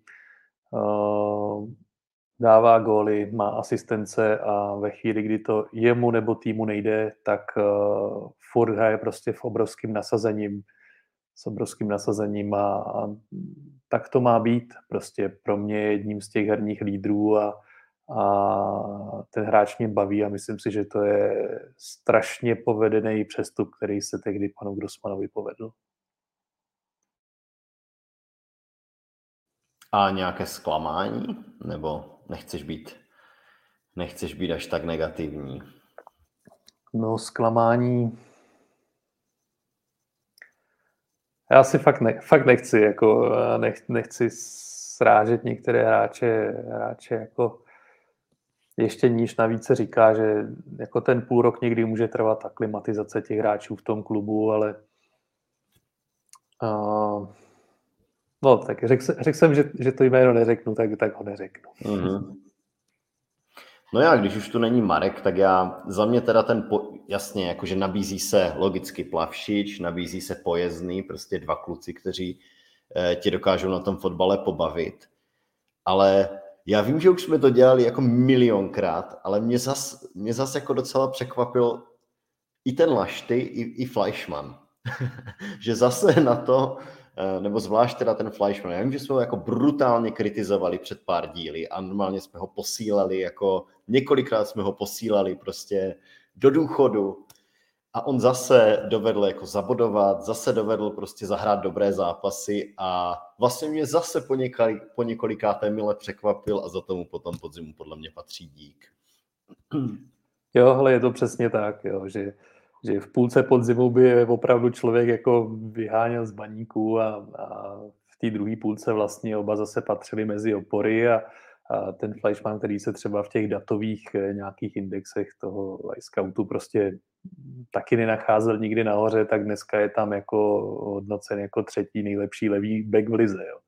Dává góly, má asistence a ve chvíli, kdy to jemu nebo týmu nejde, tak uh, furt hraje prostě v obrovským nasazením, s obrovským nasazením a, a tak to má být. Prostě pro mě je jedním z těch herních lídrů a, a ten hráč mě baví a myslím si, že to je strašně povedený přestup, který se tehdy panu Grossmanovi povedl. A nějaké zklamání? Nebo nechceš být, nechceš být až tak negativní? No, zklamání... Já si fakt, ne, fakt nechci, jako nech, nechci srážet některé hráče, hráče jako ještě níž navíc se říká, že jako ten půl rok někdy může trvat aklimatizace těch hráčů v tom klubu, ale uh, no tak řekl, řekl jsem, že, že to jméno neřeknu, tak, tak ho neřeknu. Mm-hmm. No já, když už tu není Marek, tak já za mě teda ten, po, jasně, jakože nabízí se logicky Plavšič, nabízí se Pojezdný, prostě dva kluci, kteří eh, tě dokážou na tom fotbale pobavit. Ale já vím, že už jsme to dělali jako milionkrát, ale mě zas, mě zas jako docela překvapil i ten Lašty, i, i Fleischmann. Že zase na to, nebo zvlášť teda ten Fleischmann, já vím, že jsme ho jako brutálně kritizovali před pár díly a normálně jsme ho posílali, jako několikrát jsme ho posílali prostě do důchodu a on zase dovedl jako zabodovat, zase dovedl prostě zahrát dobré zápasy a vlastně mě zase po, několik, po několikáté mile překvapil a za tomu potom podzimu podle mě patří dík. Jo, ale je to přesně tak, jo, že že v půlce podzimu by opravdu člověk jako vyháněl z Baníku a, a v té druhé půlce vlastně oba zase patřili mezi opory a, a ten Fleischmann, který se třeba v těch datových nějakých indexech toho Scoutu prostě taky nenacházel nikdy nahoře, tak dneska je tam jako hodnocen jako třetí nejlepší levý back v lize. Jo.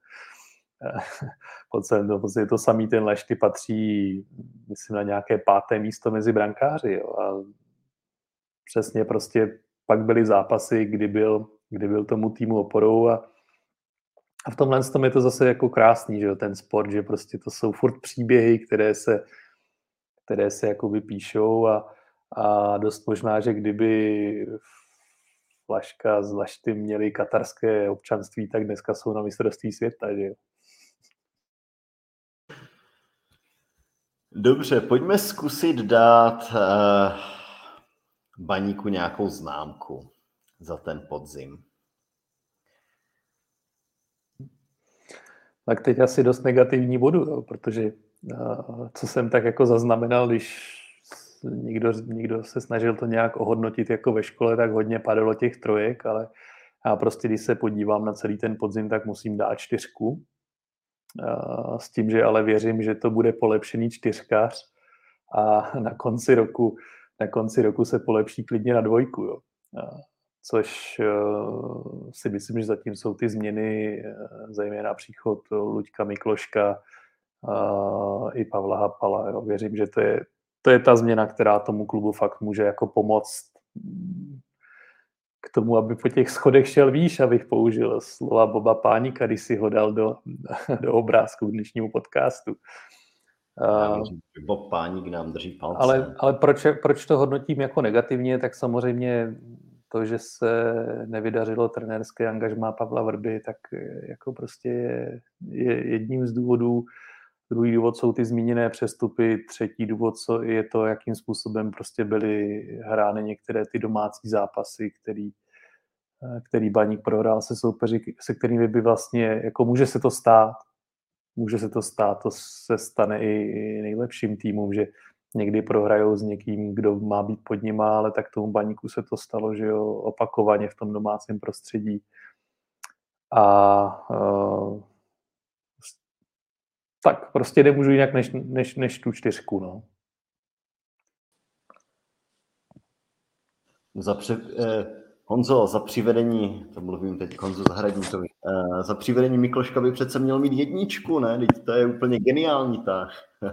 V podstatě to samý ten Lašty patří, myslím, na nějaké páté místo mezi brankáři. Jo. A přesně prostě pak byly zápasy, kdy byl, kdy byl tomu týmu oporou a, a v tomhle tom je to zase jako krásný, že jo, ten sport, že prostě to jsou furt příběhy, které se, které se jako vypíšou a, a dost možná, že kdyby Flaška z Lašty měli katarské občanství, tak dneska jsou na mistrovství světa, že jo. Dobře, pojďme zkusit dát uh, Baníku nějakou známku za ten podzim. Tak teď asi dost negativní bodu, jo, protože uh, co jsem tak jako zaznamenal, když někdo, někdo se snažil to nějak ohodnotit jako ve škole, tak hodně padalo těch trojek, ale já prostě, když se podívám na celý ten podzim, tak musím dát čtyřku. Uh, s tím, že ale věřím, že to bude polepšený čtyřkař a na konci roku, na konci roku se polepší klidně na dvojku. Jo. Uh, což uh, si myslím, že zatím jsou ty změny, uh, zejména příchod Luďka Mikloška uh, i Pavla Hapala. Jo. Věřím, že to je, to je ta změna, která tomu klubu fakt může jako pomoct k tomu, aby po těch schodech šel výš, abych použil slova Boba Pánika, když si ho dal do, do obrázku k dnešnímu podcastu. Já věřím, že Bob Pánik nám drží palce. Ale, ale proč, proč to hodnotím jako negativně, tak samozřejmě to, že se nevydařilo trenérské angažmá Pavla Vrby, tak jako prostě je, je jedním z důvodů. Druhý důvod jsou ty zmíněné přestupy, třetí důvod je to, jakým způsobem prostě byly hrány některé ty domácí zápasy, který, který Baník prohrál se soupeři, se kterými by vlastně, jako může se to stát, může se to stát, to se stane i nejlepším týmům, že někdy prohrajou s někým, kdo má být pod nima, ale tak tomu Baníku se to stalo, že jo, opakovaně v tom domácím prostředí. A uh, tak prostě nemůžu jinak než, než, než tu čtyřku, no. Za pře, eh, Honzo, za přivedení, to mluvím teď Honzo Zahradníkovi, eh, za přivedení Mikloška by přece měl mít jedničku, ne? Teď to je úplně geniální tah.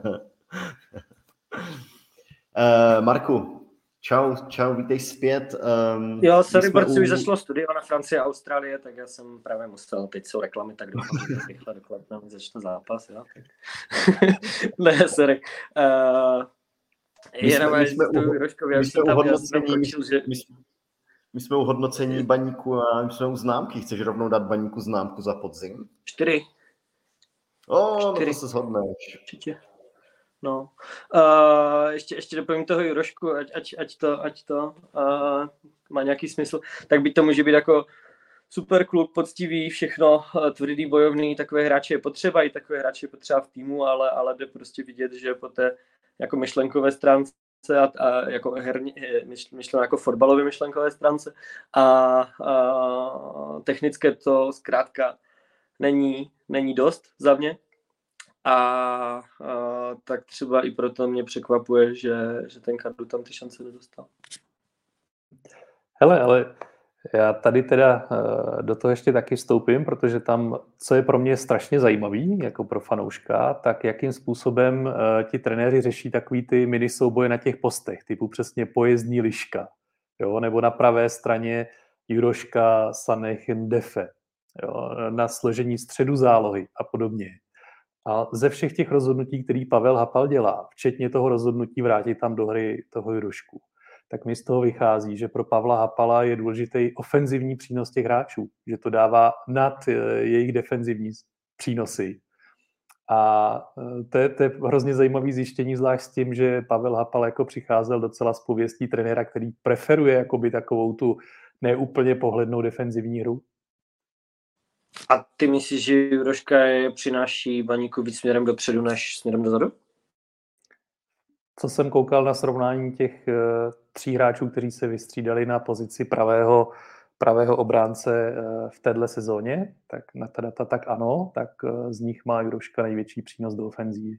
uh, Marku, čau, čau, vítej zpět. Um, jo, sorry, protože u... už zašlo studio na Francii a Austrálie, tak já jsem právě musel, teď jsou reklamy, tak doufám, že rychle doklepneme, začne zápas, jo. Tak. Ne, sorry. Uh, my jenom jsme, my jsme, u, Rožkovi, my jsme u hodnocení, končil, že... my, my jsme u hodnocení Baníku a my jsme u známky. Chceš rovnou dát Baníku známku za podzim? Čtyři. O, no to se shodneš. Určitě. No. Uh, ještě, ještě doplním toho Jurošku, ať, ať, ať to, ať to uh, má nějaký smysl. Tak by to může být jako super kluk, poctivý, všechno, tvrdý, bojovný, takové hráče je potřeba, i takové hráče je potřeba v týmu, ale, ale jde prostě vidět, že po té jako myšlenkové stránce a, a jako herní, myšleno jako fotbalové myšlenkové stránce a, a technické to zkrátka není, není dost za mě. A, a tak třeba i proto mě překvapuje, že, že ten Kardu tam ty šance nedostal. Hele, ale já tady teda do toho ještě taky vstoupím, protože tam, co je pro mě strašně zajímavý, jako pro fanouška, tak jakým způsobem ti trenéři řeší takový ty mini souboje na těch postech, typu přesně pojezdní liška, jo, nebo na pravé straně Juroška, Sanech, Ndefe, jo, na složení středu zálohy a podobně. A ze všech těch rozhodnutí, který Pavel Hapal dělá, včetně toho rozhodnutí vrátit tam do hry toho Jurošku, tak mi z toho vychází, že pro Pavla Hapala je důležitý ofenzivní přínos těch hráčů, že to dává nad jejich defenzivní přínosy. A to je, to je hrozně zajímavý zjištění, zvlášť s tím, že Pavel Hapal jako přicházel docela z pověstí trenéra, který preferuje jakoby takovou tu neúplně pohlednou defenzivní hru. A ty myslíš, že Juroška je přináší Baníku víc směrem dopředu než směrem dozadu? Co jsem koukal na srovnání těch uh, tří hráčů, kteří se vystřídali na pozici pravého, pravého obránce uh, v téhle sezóně, tak na ta data tak ano, tak uh, z nich má Juroška největší přínos do ofenzívy.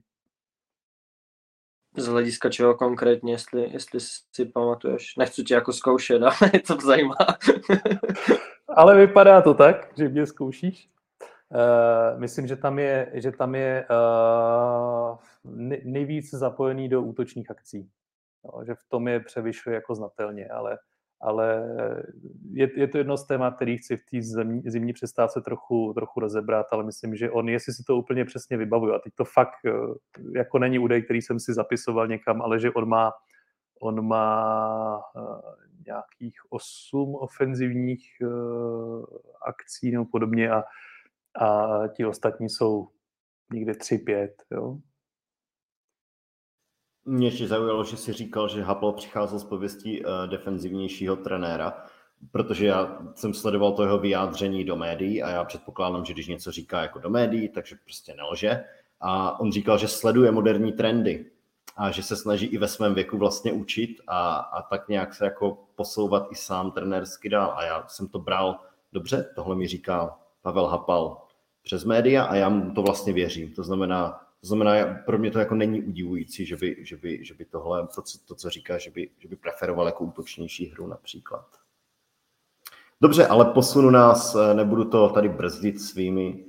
Z hlediska čeho konkrétně, jestli, jestli si pamatuješ? Nechci tě jako zkoušet, ale to zajímá. Ale vypadá to tak, že mě zkoušíš. Uh, myslím, že tam je, že tam je uh, nejvíc zapojený do útočných akcí. Jo, že v tom je převyšuje jako znatelně, ale, ale je, je to jedno z témat, který chci v té zimní, zimní přestávce trochu, trochu rozebrat, ale myslím, že on, jestli si to úplně přesně vybavuje, a teď to fakt jako není údaj, který jsem si zapisoval někam, ale že on má, on má uh, nějakých osm ofenzivních uh, akcí nebo podobně a, a ti ostatní jsou někde tři pět, jo. Mě ještě zaujalo, že jsi říkal, že Hapal přicházel z pověstí uh, defenzivnějšího trenéra, protože já jsem sledoval to jeho vyjádření do médií a já předpokládám, že když něco říká jako do médií, takže prostě nelže. A on říkal, že sleduje moderní trendy a že se snaží i ve svém věku vlastně učit a, a tak nějak se jako posouvat i sám trenérsky dál. A já jsem to bral dobře, tohle mi říká Pavel Hapal přes média a já mu to vlastně věřím. To znamená, To znamená, pro mě to jako není udivující, že by, že by, že by tohle, to, co, to, co říká, že by, že by preferoval jako útočnější hru například. Dobře, ale posunu nás, nebudu to tady brzdit svými,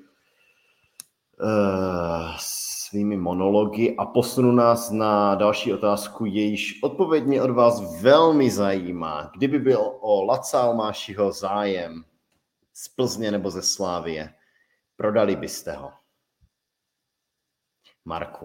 uh, svými monology a posunu nás na další otázku, jejíž odpověď mě od vás velmi zajímá. Kdyby byl o Laca Almášiho zájem z Plzně nebo ze Slávie, prodali byste ho? Marku.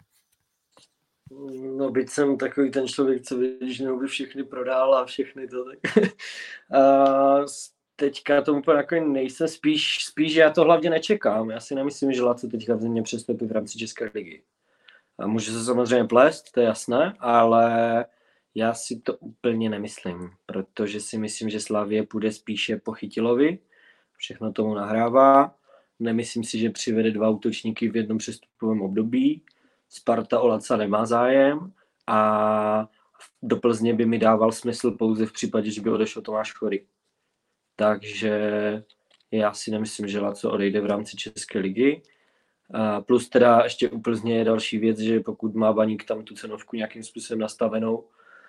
No, byť jsem takový ten člověk, co vidíš, že by všechny prodal a všechny to tak. A teďka tomu úplně jako nejsem, spíš, spíš já to hlavně nečekám. Já si nemyslím, že Laco teďka v zimě přestoupí v rámci České ligy. A může se samozřejmě plést, to je jasné, ale já si to úplně nemyslím, protože si myslím, že Slavie půjde spíše po Chytilovi, všechno tomu nahrává. Nemyslím si, že přivede dva útočníky v jednom přestupovém období. Sparta o Laca nemá zájem a do Plzně by mi dával smysl pouze v případě, že by odešel Tomáš Chory. Takže já si nemyslím, že Laco odejde v rámci České ligy. Plus teda ještě u Plzně je další věc, že pokud má Baník tam tu cenovku nějakým způsobem nastavenou,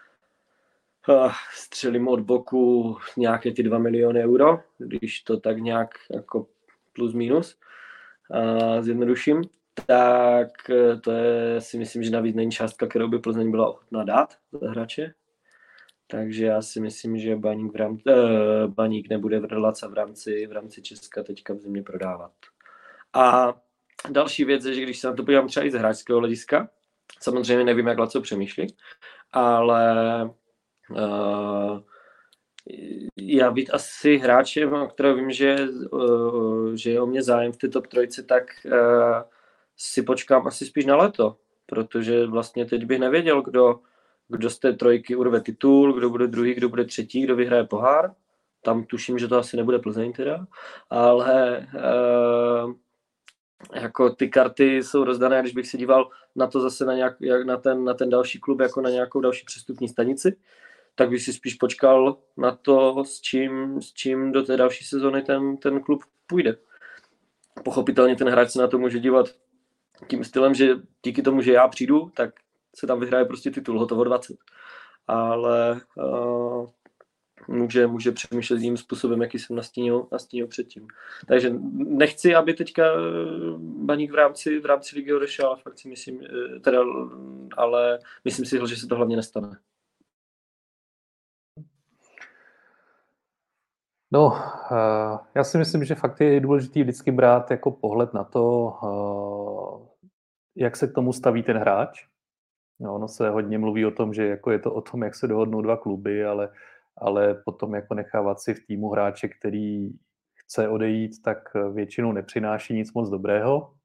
střelím od boku nějaké ty dva miliony euro, když to tak nějak jako plus minus, a zjednoduším, tak to je, si myslím, že navíc není částka, kterou by Plzeň byla ochotná dát za hráče. Takže já si myslím, že Baník, v rámci, eh, Baník nebude vrlat a v rámci, v rámci Česka teďka v zimě prodávat. A další věc je, že když se na to podívám třeba i z hráčského hlediska, samozřejmě nevím, jak Laco přemýšlí, ale uh, já být asi hráčem, o kterého vím, že, uh, že je o mě zájem v té top trojce, tak uh, si počkám asi spíš na léto, protože vlastně teď bych nevěděl, kdo, kdo z té trojky urve titul, kdo bude druhý, kdo bude třetí, kdo vyhraje pohár. Tam tuším, že to asi nebude Plzeň teda, ale uh, jako ty karty jsou rozdané, když bych se díval na to zase na, nějak, na, ten, na ten další klub, jako na nějakou další přestupní stanici, tak bych si spíš počkal na to, s čím, s čím do té další sezony ten, ten klub půjde. Pochopitelně ten hráč se na to může dívat tím stylem, že díky tomu, že já přijdu, tak se tam vyhraje prostě titul, hotovo dvacet. Ale uh, může, může přemýšlet tím způsobem, jaký jsem nastínil, nastínil předtím. Takže nechci, aby teďka Baník v rámci, v rámci ligy odešel, ale fakt si myslím, teda, ale myslím si, že se to hlavně nestane. No, já si myslím, že fakt je důležitý vždycky brát jako pohled na to, jak se k tomu staví ten hráč. No, ono se hodně mluví o tom, že jako je to o tom, jak se dohodnou dva kluby, ale, ale potom jako nechávat si v týmu hráče, který chce odejít, tak většinou nepřináší nic moc dobrého.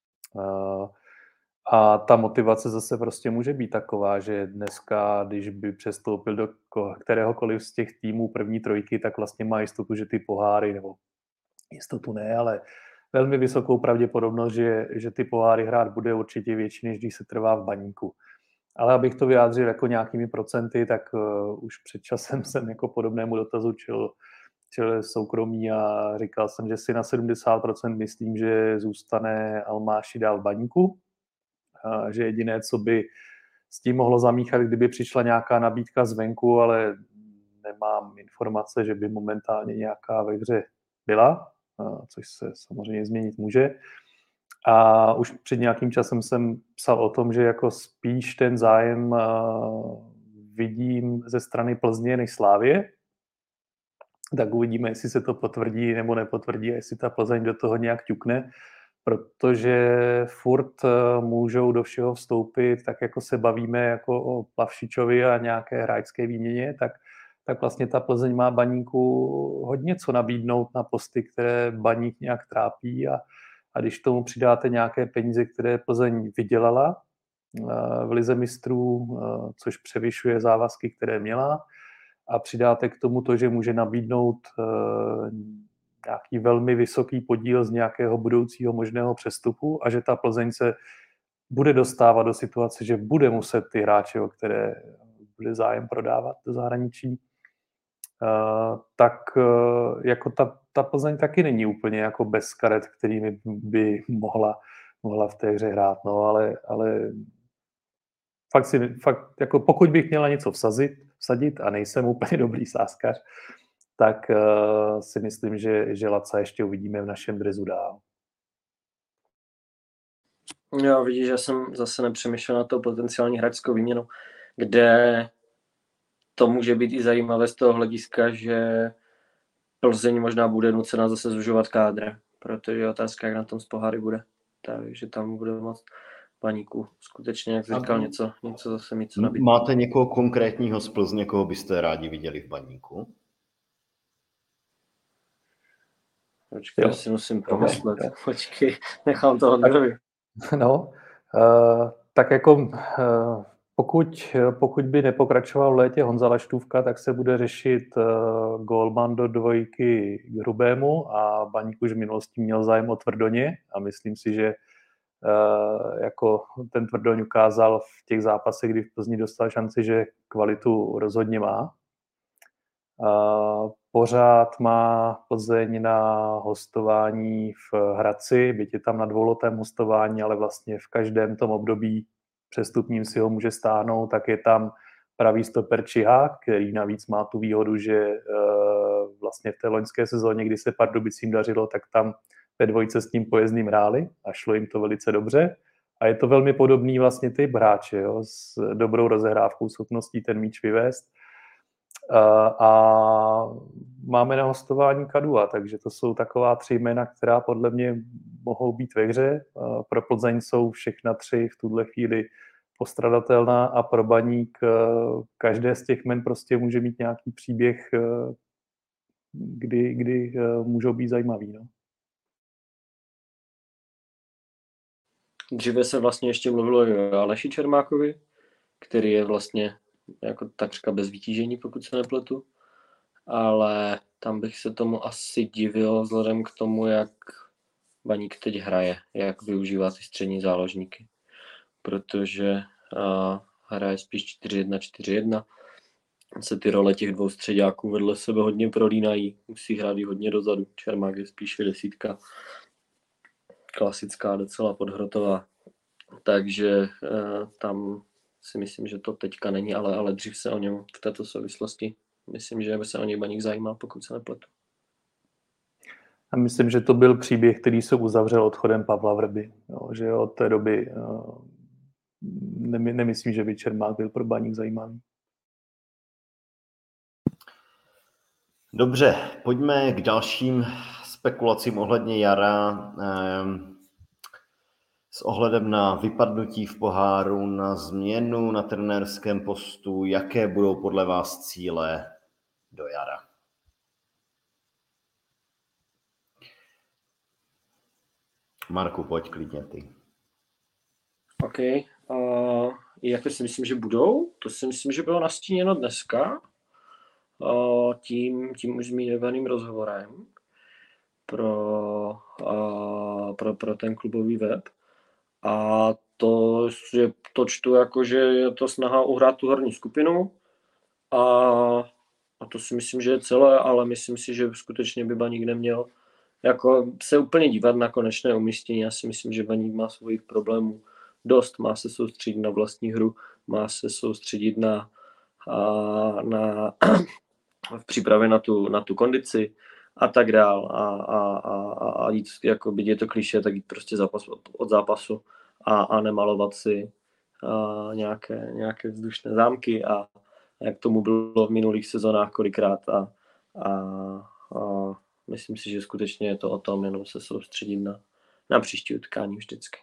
A ta motivace zase prostě může být taková, že dneska, když by přestoupil do kteréhokoliv z těch týmů první trojky, tak vlastně má jistotu, že ty poháry, nebo jistotu ne, ale velmi vysokou pravděpodobnost, že, že ty poháry hrát bude určitě větší, než když se trvá v Baníku. Ale abych to vyjádřil jako nějakými procenty, tak uh, už před časem jsem jako podobnému dotazu čel, čel soukromí a říkal jsem, že si na sedmdesát procent myslím, že zůstane Almáši dál v Baníku. A že jediné, co by s tím mohlo zamíchat, kdyby přišla nějaká nabídka zvenku, ale nemám informace, že by momentálně nějaká ve hře byla, což se samozřejmě změnit může. A už před nějakým časem jsem psal o tom, že jako spíš ten zájem vidím ze strany Plzně než Slávie. Tak uvidíme, jestli se to potvrdí nebo nepotvrdí a jestli ta Plzeň do toho nějak ťukne, protože furt můžou do všeho vstoupit, tak jako se bavíme jako o Plavšičovi a nějaké hráčské výměně, tak, tak vlastně ta Plzeň má Baníku hodně co nabídnout na posty, které Baník nějak trápí a, a když tomu přidáte nějaké peníze, které Plzeň vydělala v lize mistrů, což převyšuje závazky, které měla, a přidáte k tomu to, že může nabídnout nějaký velmi vysoký podíl z nějakého budoucího možného přestupu a že ta Plzeň se bude dostávat do situace, že bude muset ty hráče, o které bude zájem prodávat do zahraničí, tak jako ta, ta Plzeň taky není úplně jako bez karet, kterými by mohla, mohla v té hře hrát. No, ale, ale fakt si, fakt, jako pokud bych měla něco vsazit, vsadit a nejsem úplně dobrý sázkař, tak uh, si myslím, že, že Laca ještě uvidíme v našem drezu dál. Jo, vidíš, že jsem zase nepřemýšlel na to potenciální hráčskou výměnu, kde to může být i zajímavé z toho hlediska, že Plzeň možná bude nucena zase zužovat kádr, protože je otázka, jak na tom z poháry bude. Takže tam bude moc Baníku. Skutečně, jak jsi říkal, něco, něco zase mít co nabít. Máte někoho konkrétního z Plzně, koho byste rádi viděli v Baníku? Počkej, jo. si musím pomyslet. Jo. Počkej, nechám to Ondrovi. No, uh, tak jako uh, pokud, pokud by nepokračoval v létě Honza Laštůvka, tak se bude řešit uh, golman do dvojky k Hrubému a Baník už v minulosti měl zájem o Tvrdoně a myslím si, že uh, jako ten Tvrdoň ukázal v těch zápasech, kdy v Plzni dostal šanci, že kvalitu rozhodně má. Uh, pořád má Plzeň na hostování v Hradci, byť je tam na dvouletém hostování, ale vlastně v každém tom období přestupním si ho může stáhnout, tak je tam pravý stoper Čihák, který navíc má tu výhodu, že uh, vlastně v té loňské sezóně, kdy se Pardubicím dařilo, tak tam ve dvojce s tím Pojezdným hráli a šlo jim to velice dobře. A je to velmi podobný vlastně typ hráče, jo, s dobrou rozehrávkou, schopností ten míč vyvést. A, a máme na hostování Kadua, takže to jsou taková tři jména, která podle mě mohou být ve hře. Pro Plzeň jsou všechna tři v tuhle chvíli postradatelná a pro Baník každé z těch jmen prostě může mít nějaký příběh, kdy, kdy můžou být zajímavý. No. Dříve se vlastně ještě mluvilo o Aleši Čermákovi, který je vlastně jako takřka bez vytížení, pokud se nepletu. Ale tam bych se tomu asi divil vzhledem k tomu, jak Baník teď hraje, jak využívá ty střední záložníky. Protože uh, hraje spíš čtyři jedna čtyři jedna. Se ty role těch dvou středáků vedle sebe hodně prolínají. Musí hrát i hodně dozadu. Čermák je spíš desítka. Klasická, docela podhrotová. Takže uh, tam si myslím, že to teďka není, ale, ale dřív se o něm v této souvislosti myslím, že by se o něj Baník zajímal, pokud se nepletu. A myslím, že to byl příběh, který se uzavřel odchodem Pavla Vrby. Jo, že od té doby uh, nemyslím, že by Čermák byl pro Baník zajímavý. Dobře, pojďme k dalším spekulacím ohledně jara. Um, S ohledem na vypadnutí v poháru, na změnu na trenérském postu, jaké budou podle vás cíle do jara? Marku, pojď klidně ty. OK. Uh, jaké si myslím, že budou? To si myslím, že bylo nastíněno dneska uh, tím, tím už zmíněným rozhovorem pro, uh, pro, pro ten klubový web. A to, že to čtu jako, že je to snaha uhrát tu herní skupinu a, a to si myslím, že je celé, ale myslím si, že skutečně by Baník neměl jako se úplně dívat na konečné umístění. Já si myslím, že Baník má svých problémů dost, má se soustředit na vlastní hru, má se soustředit na, a, na v přípravě na tu, na tu kondici a tak dál a, a, a, a jít, jako byť je to klišé, tak jít prostě zápas od zápasu a, a nemalovat si a nějaké, nějaké vzdušné zámky a jak tomu bylo v minulých sezónách kolikrát a, a, a myslím si, že skutečně je to o tom jenom se soustředit na, na příští utkání vždycky.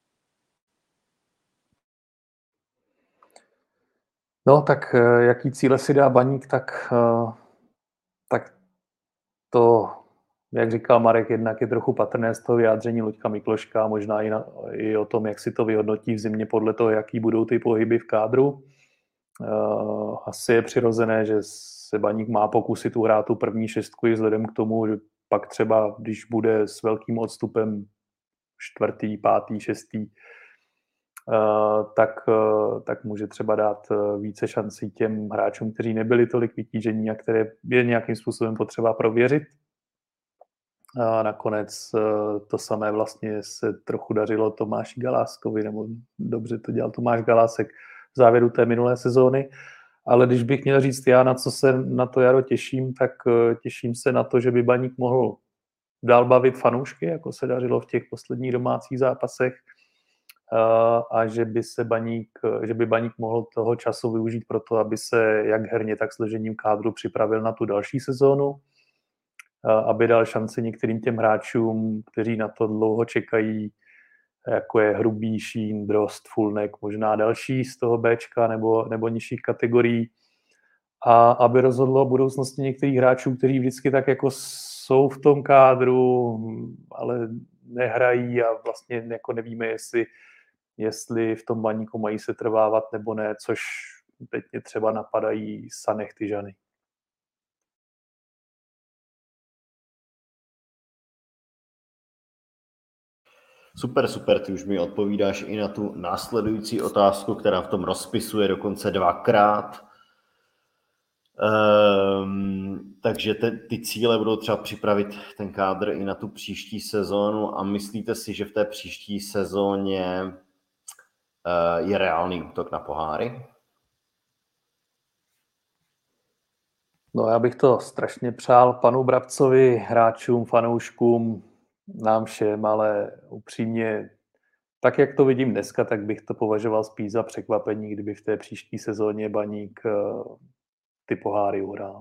No tak jaký cíle si dá Baník, tak, tak to, jak říkal Marek, jednak je trochu patrné z toho vyjádření Luďka Mikloška, možná i, na, i o tom, jak si to vyhodnotí v zimě podle toho, jaký budou ty pohyby v kádru. Asi je přirozené, že se Baník má pokusit uhrát tu první šestku i vzhledem k tomu, že pak třeba, když bude s velkým odstupem čtvrtý, pátý, šestý, tak, tak může třeba dát více šancí těm hráčům, kteří nebyli tolik vytížení a které je nějakým způsobem potřeba prověřit. A nakonec to samé vlastně se trochu dařilo Tomáši Galáskovi, nebo dobře to dělal Tomáš Galásek v závěru té minulé sezóny. Ale když bych měl říct já, na co se na to jaro těším, tak těším se na to, že by Baník mohl dál bavit fanoušky, jako se dařilo v těch posledních domácích zápasech, a že by se Baník, že by Baník mohl toho času využít pro to, aby se jak herně, tak složením kádru připravil na tu další sezónu, aby dal šanci některým těm hráčům, kteří na to dlouho čekají, jako je Hrubý, Šín, Drost, Fulnek, možná další z toho Bčka nebo, nebo nižších kategorií, a aby rozhodlo o budoucnosti některých hráčů, kteří vždycky tak jako jsou v tom kádru, ale nehrají a vlastně jako nevíme, jestli, jestli v tom Baníku mají se trvávat nebo ne, což teď mě třeba napadají Sanech Tyžany. Super, super, ty už mi odpovídáš i na tu následující otázku, která v tom rozpisu je dokonce dvakrát. Um, takže te, ty cíle budou třeba připravit ten kádr i na tu příští sezónu a myslíte si, že v té příští sezóně uh, je reálný útok na poháry? No já bych to strašně přál panu Brabcovi, hráčům, fanouškům, nám všem, ale upřímně, tak jak to vidím dneska, tak bych to považoval spíš za překvapení, kdyby v té příští sezóně Baník ty poháry uhrál.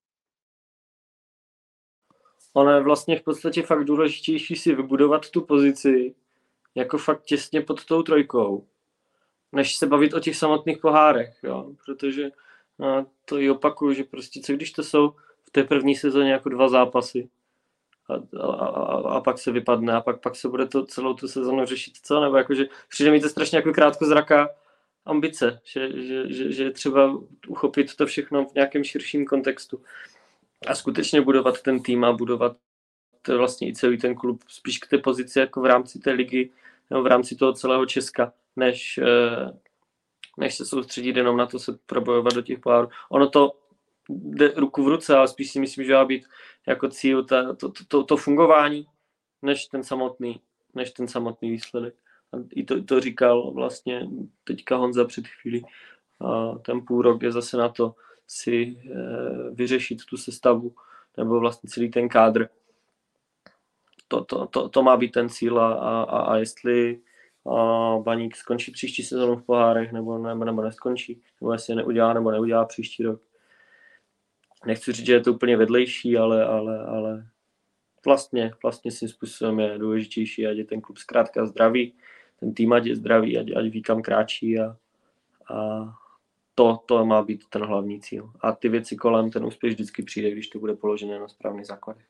Ono je vlastně v podstatě fakt důležitější si vybudovat tu pozici jako fakt těsně pod tou trojkou, než se bavit o těch samotných pohárech, jo? Protože no, to i opakuju, že prostě co když to jsou v té první sezóně jako dva zápasy a, a, a, a pak se vypadne a pak, pak se bude to celou tu sezónu řešit co, nebo jakože přijde mi to strašně jako krátkozraká ambice, že, že, že, že je třeba uchopit to všechno v nějakém širším kontextu a skutečně budovat ten tým a budovat to vlastně i celý ten klub spíš k té pozici jako v rámci té ligy nebo v rámci toho celého Česka, než, než se soustředit jenom na to se probojovat do těch pohárů. Ono to jde ruku v ruce, ale spíš si myslím, že má být jako cíl ta, to, to, to fungování, než ten samotný, než ten samotný výsledek. A i to, to říkal vlastně teďka Honza před chvílí. A ten půl rok je zase na to si vyřešit tu sestavu nebo vlastně celý ten kádr. To, to, to, to má být ten cíl a, a, a jestli a Baník skončí příští sezónu v pohárech nebo, nebo, nebo neskončí, nebo jestli je neudělá nebo neudělá příští rok. Nechci říct, že je to úplně vedlejší, ale, ale, ale vlastně, vlastně svým způsobem je důležitější, ať je ten klub zkrátka zdravý, ten tým ať je zdravý, ať, ať ví kam kráčí a, a to, to má být ten hlavní cíl. A ty věci kolem, ten úspěch vždycky přijde, když to bude položené na správný základech.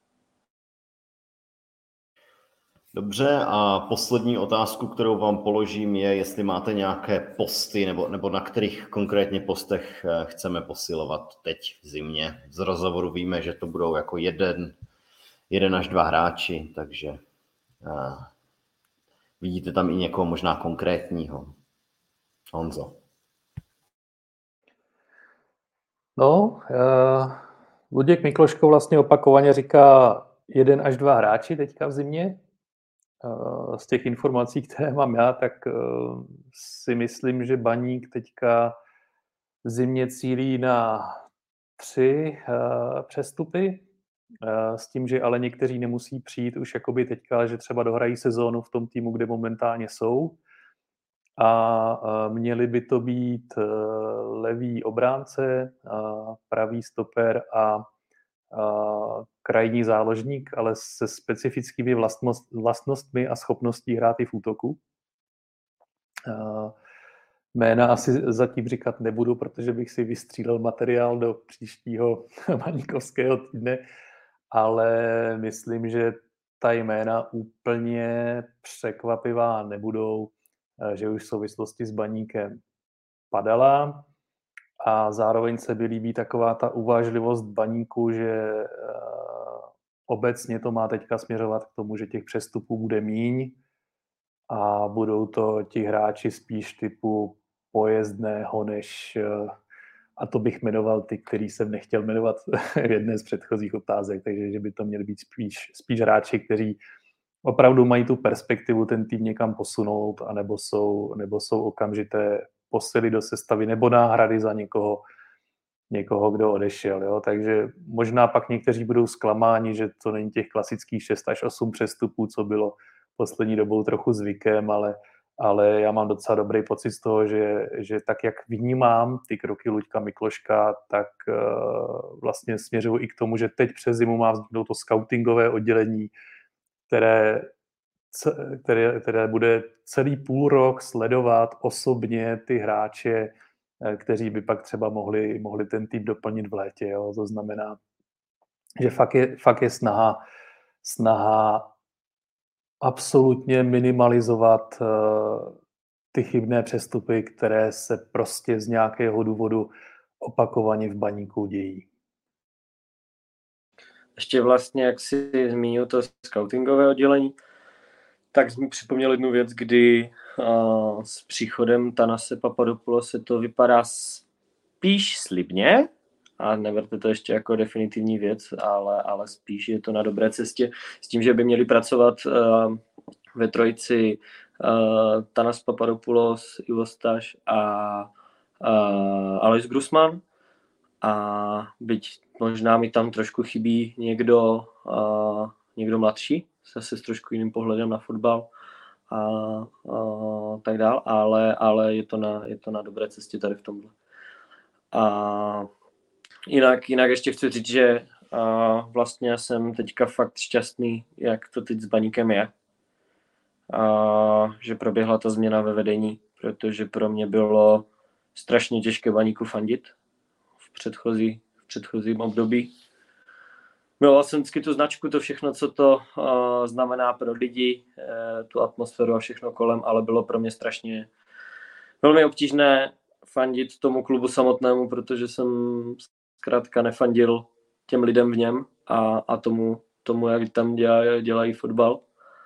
Dobře, a poslední otázku, kterou vám položím, je, jestli máte nějaké posty, nebo, nebo na kterých konkrétně postech chceme posilovat teď v zimě. Z rozhovoru víme, že to budou jako jeden, jeden až dva hráči, takže uh, vidíte tam i někoho možná konkrétního. Honzo. No, uh, Luděk Mikloško vlastně opakovaně říká jeden až dva hráči teďka v zimě. Z těch informací, které mám já, tak si myslím, že Baník teďka v zimě cílí na tři přestupy, s tím, že ale někteří nemusí přijít už jakoby teďka, že třeba dohrají sezónu v tom týmu, kde momentálně jsou. A měli by to být levý obránce, pravý stoper a krajní záložník, ale se specifickými vlastnost, vlastnostmi a schopností hrát i v útoku. Jména asi zatím říkat nebudu, protože bych si vystřílel materiál do příštího baníkovského týdne, ale myslím, že ta jména úplně překvapivá nebudou, že už v souvislosti s Baníkem padala. A zároveň se mi líbí taková ta uvážlivost Baníku, že obecně to má teďka směřovat k tomu, že těch přestupů bude míň a budou to ti hráči spíš typu Pojezdného, než, a to bych jmenoval ty, který jsem nechtěl jmenovat v jedné z předchozích otázek, takže že by to měli být spíš, spíš hráči, kteří opravdu mají tu perspektivu ten tým někam posunout, anebo jsou, nebo jsou okamžité posily do sestavy nebo náhrady za někoho, někoho, kdo odešel. Jo? Takže možná pak někteří budou zklamáni, že to není těch klasických šest až osm přestupů, co bylo poslední dobou trochu zvykem, ale, ale já mám docela dobrý pocit z toho, že, že tak, jak vnímám ty kroky Luďka Mikloška, tak uh, vlastně směřují i k tomu, že teď přes zimu má vzniknout to scoutingové oddělení, které Které, které bude celý půl rok sledovat osobně ty hráče, kteří by pak třeba mohli, mohli ten tým doplnit v létě. Jo. To znamená, že fakt je, fakt je snaha, snaha absolutně minimalizovat uh, ty chybné přestupy, které se prostě z nějakého důvodu opakovaně v Baníku dějí. Ještě vlastně, jak si zmínil to scoutingové oddělení, tak mi připomněl jednu věc, kdy uh, s příchodem Thanase Papadopoulose to vypadá spíš slibně, a neberte to ještě jako definitivní věc, ale, ale spíš je to na dobré cestě s tím, že by měli pracovat uh, ve trojici uh, Thanas Papadopoulos, Ivo Staš a uh, Alois Grusman. A byť možná mi tam trošku chybí někdo, uh, někdo mladší zase s trošku jiným pohledem na fotbal a, a tak dál, ale, ale je, to na, je to na dobré cestě tady v tomhle. A jinak, jinak ještě chci říct, že a vlastně jsem teďka fakt šťastný, jak to teď s Baníkem je. A že proběhla ta změna ve vedení, protože pro mě bylo strašně těžké Baníku fandit v, předchozí, v předchozím období. Miloval jsem vždycky tu značku, to všechno, co to uh, znamená pro lidi, uh, tu atmosféru a všechno kolem, ale bylo pro mě strašně velmi obtížné fandit tomu klubu samotnému, protože jsem zkrátka nefandil těm lidem v něm a, a tomu, tomu, jak tam dělají, dělají fotbal.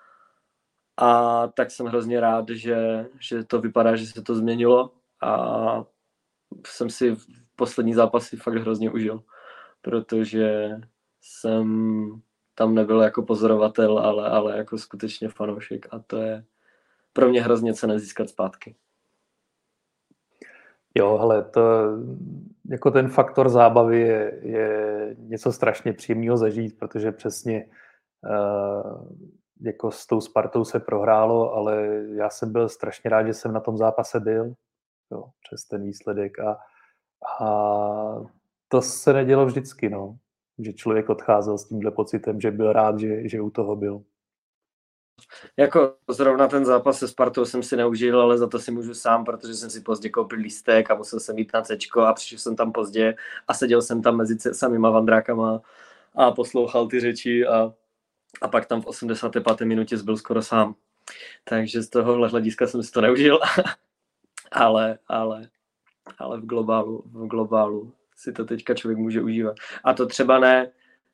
A tak jsem hrozně rád, že, že to vypadá, že se to změnilo a jsem si v poslední zápasy fakt hrozně užil, protože jsem tam nebyl jako pozorovatel, ale, ale jako skutečně fanoušek a to je pro mě hrozně cenné získat zpátky. Jo, hele, to, jako ten faktor zábavy je, je něco strašně příjemného zažít, protože přesně uh, jako s tou Spartou se prohrálo, ale já jsem byl strašně rád, že jsem na tom zápase byl, jo, přes ten výsledek a, a to se nedělo vždycky, no, že člověk odcházel s tímhle pocitem, že byl rád, že, že u toho byl. Jako zrovna ten zápas se Spartou jsem si neužil, ale za to si můžu sám, protože jsem si pozdě koupil lístek a musel jsem jít na cečko a přišel jsem tam pozdě a seděl jsem tam mezi samýma vandrákama a poslouchal ty řeči a, a pak tam v osmdesáté páté minutě zbyl skoro sám. Takže z tohohle hlediska jsem si to neužil, ale, ale, ale v globálu, v globálu si to teďka člověk může užívat. A to třeba ne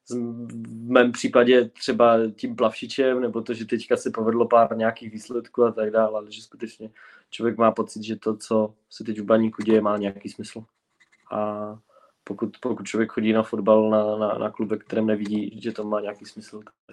v mém případě třeba tím Plavšičem, nebo to, že teďka se povedlo pár nějakých výsledků a tak dále, ale že skutečně člověk má pocit, že to, co se teď v Baníku děje, má nějaký smysl. A pokud, pokud člověk chodí na fotbal na, na, na klub, kterém nevidí, že to má nějaký smysl, tak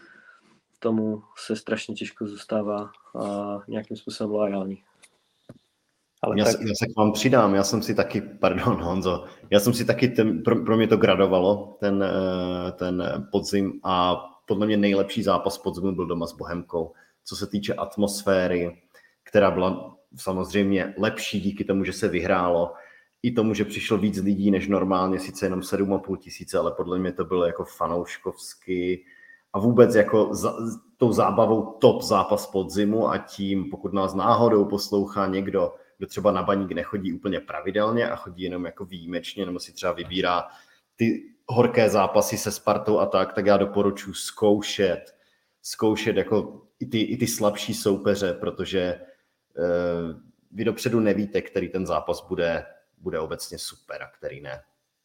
tomu se strašně těžko zůstává a nějakým způsobem loajální. Ale já, tak... se, já se k vám přidám, já jsem si taky, pardon Honzo, já jsem si taky, ten, pro, pro mě to gradovalo, ten, ten podzim a podle mě nejlepší zápas podzimu byl doma s Bohemkou, co se týče atmosféry, která byla samozřejmě lepší díky tomu, že se vyhrálo, i tomu, že přišlo víc lidí než normálně, sice jenom sedm a půl tisíce, ale podle mě to bylo jako fanouškovsky a vůbec jako za, tou zábavou top zápas podzimu a tím, pokud nás náhodou poslouchá někdo, kdo třeba na Baník nechodí úplně pravidelně a chodí jenom jako výjimečně, nebo si třeba vybírá ty horké zápasy se Spartou a tak, tak já doporučuji zkoušet, zkoušet jako i ty, i ty slabší soupeře, protože uh, vy dopředu nevíte, který ten zápas bude, bude obecně super a který ne.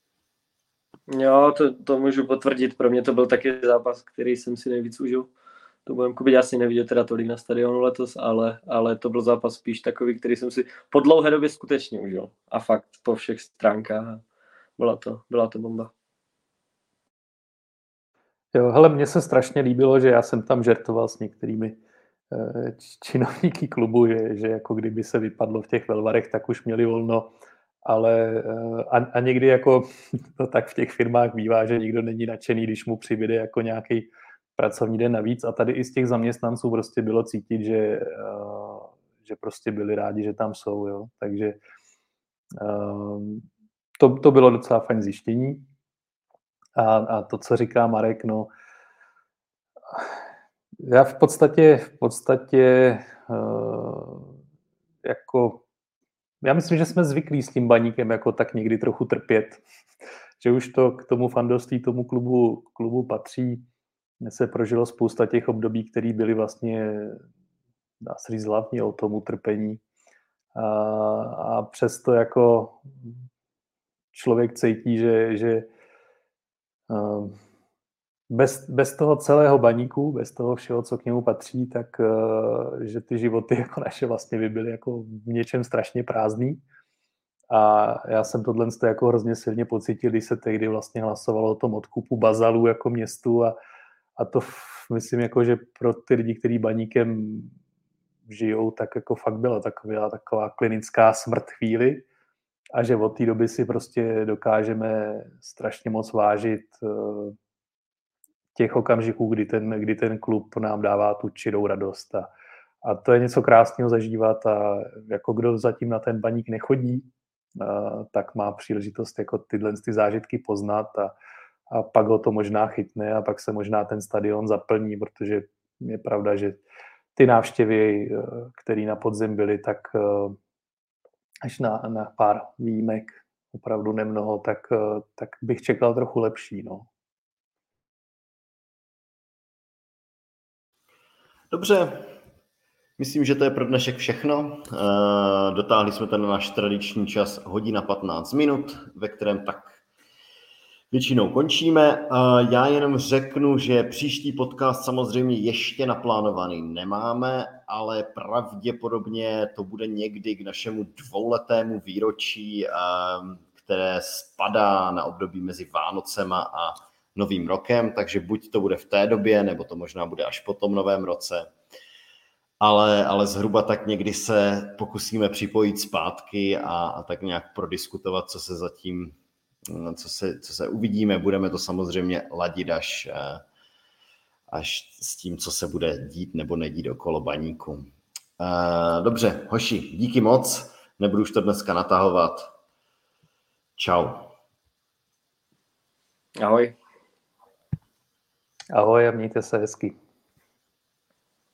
Jo, to, to můžu potvrdit. Pro mě to byl taky zápas, který jsem si nejvíc užil. To budem kubit, já si neviděl teda tolik na stadionu letos, ale, ale to byl zápas spíš takový, který jsem si po dlouhé době skutečně užil. A fakt po všech stránkách. Byla to, byla to bomba. Jo, hele, mně se strašně líbilo, že já jsem tam žertoval s některými eh, činovníky klubu, že, že jako kdyby se vypadlo v těch velvarech, tak už měli volno, ale eh, a, a někdy jako to tak v těch firmách bývá, že nikdo není nadšený, když mu přibyde jako nějaký pracovní den navíc a tady i z těch zaměstnanců prostě bylo cítit, že, uh, že prostě byli rádi, že tam jsou, jo. Takže uh, to, to bylo docela fajn zjištění. A, a to, co říká Marek, no já v podstatě, v podstatě uh, jako já myslím, že jsme zvyklí s tím Baníkem jako tak někdy trochu trpět, že už to k tomu fandovství, tomu klubu, klubu patří. Mně se prožilo spousta těch období, které byly vlastně, dá se říct, hlavně o tom utrpení. A, a přesto jako člověk cítí, že, že bez, bez toho celého Baníku, bez toho všeho, co k němu patří, tak že ty životy jako naše vlastně by byly jako v něčem strašně prázdný. A já jsem tohle jako hrozně silně pocítil, když se tehdy vlastně hlasovalo o tom odkupu Bazalu jako městu a A to myslím, jako, že pro ty lidi, kteří Baníkem žijou, tak jako fakt byla taková, taková klinická smrt chvíli a že od té doby si prostě dokážeme strašně moc vážit těch okamžiků, kdy ten, kdy ten klub nám dává tu čirou radost. A, a to je něco krásného zažívat a jako kdo zatím na ten Baník nechodí, a, tak má příležitost jako tyhle ty zážitky poznat a, a pak ho to možná chytne a pak se možná ten stadion zaplní, protože je pravda, že ty návštěvy, které na podzim byly, tak až na, na pár výjimek, opravdu nemnoho, tak, tak bych čekal trochu lepší. No. Dobře, myslím, že to je pro dnešek všechno. Dotáhli jsme ten náš tradiční čas hodina patnáct minut, ve kterém tak většinou končíme. Já jenom řeknu, že příští podcast samozřejmě ještě naplánovaný nemáme, ale pravděpodobně to bude někdy k našemu dvouletému výročí, které spadá na období mezi Vánocema a Novým rokem, takže buď to bude v té době, nebo to možná bude až po tom Novém roce. Ale, ale zhruba tak někdy se pokusíme připojit zpátky a, a tak nějak prodiskutovat, co se zatím Co se, co se uvidíme, budeme to samozřejmě ladit až, až s tím, co se bude dít nebo nedít okolo Baníku. Dobře, hoši, díky moc, nebudu už to dneska natahovat. Čau. Ahoj. Ahoj a mějte se hezky.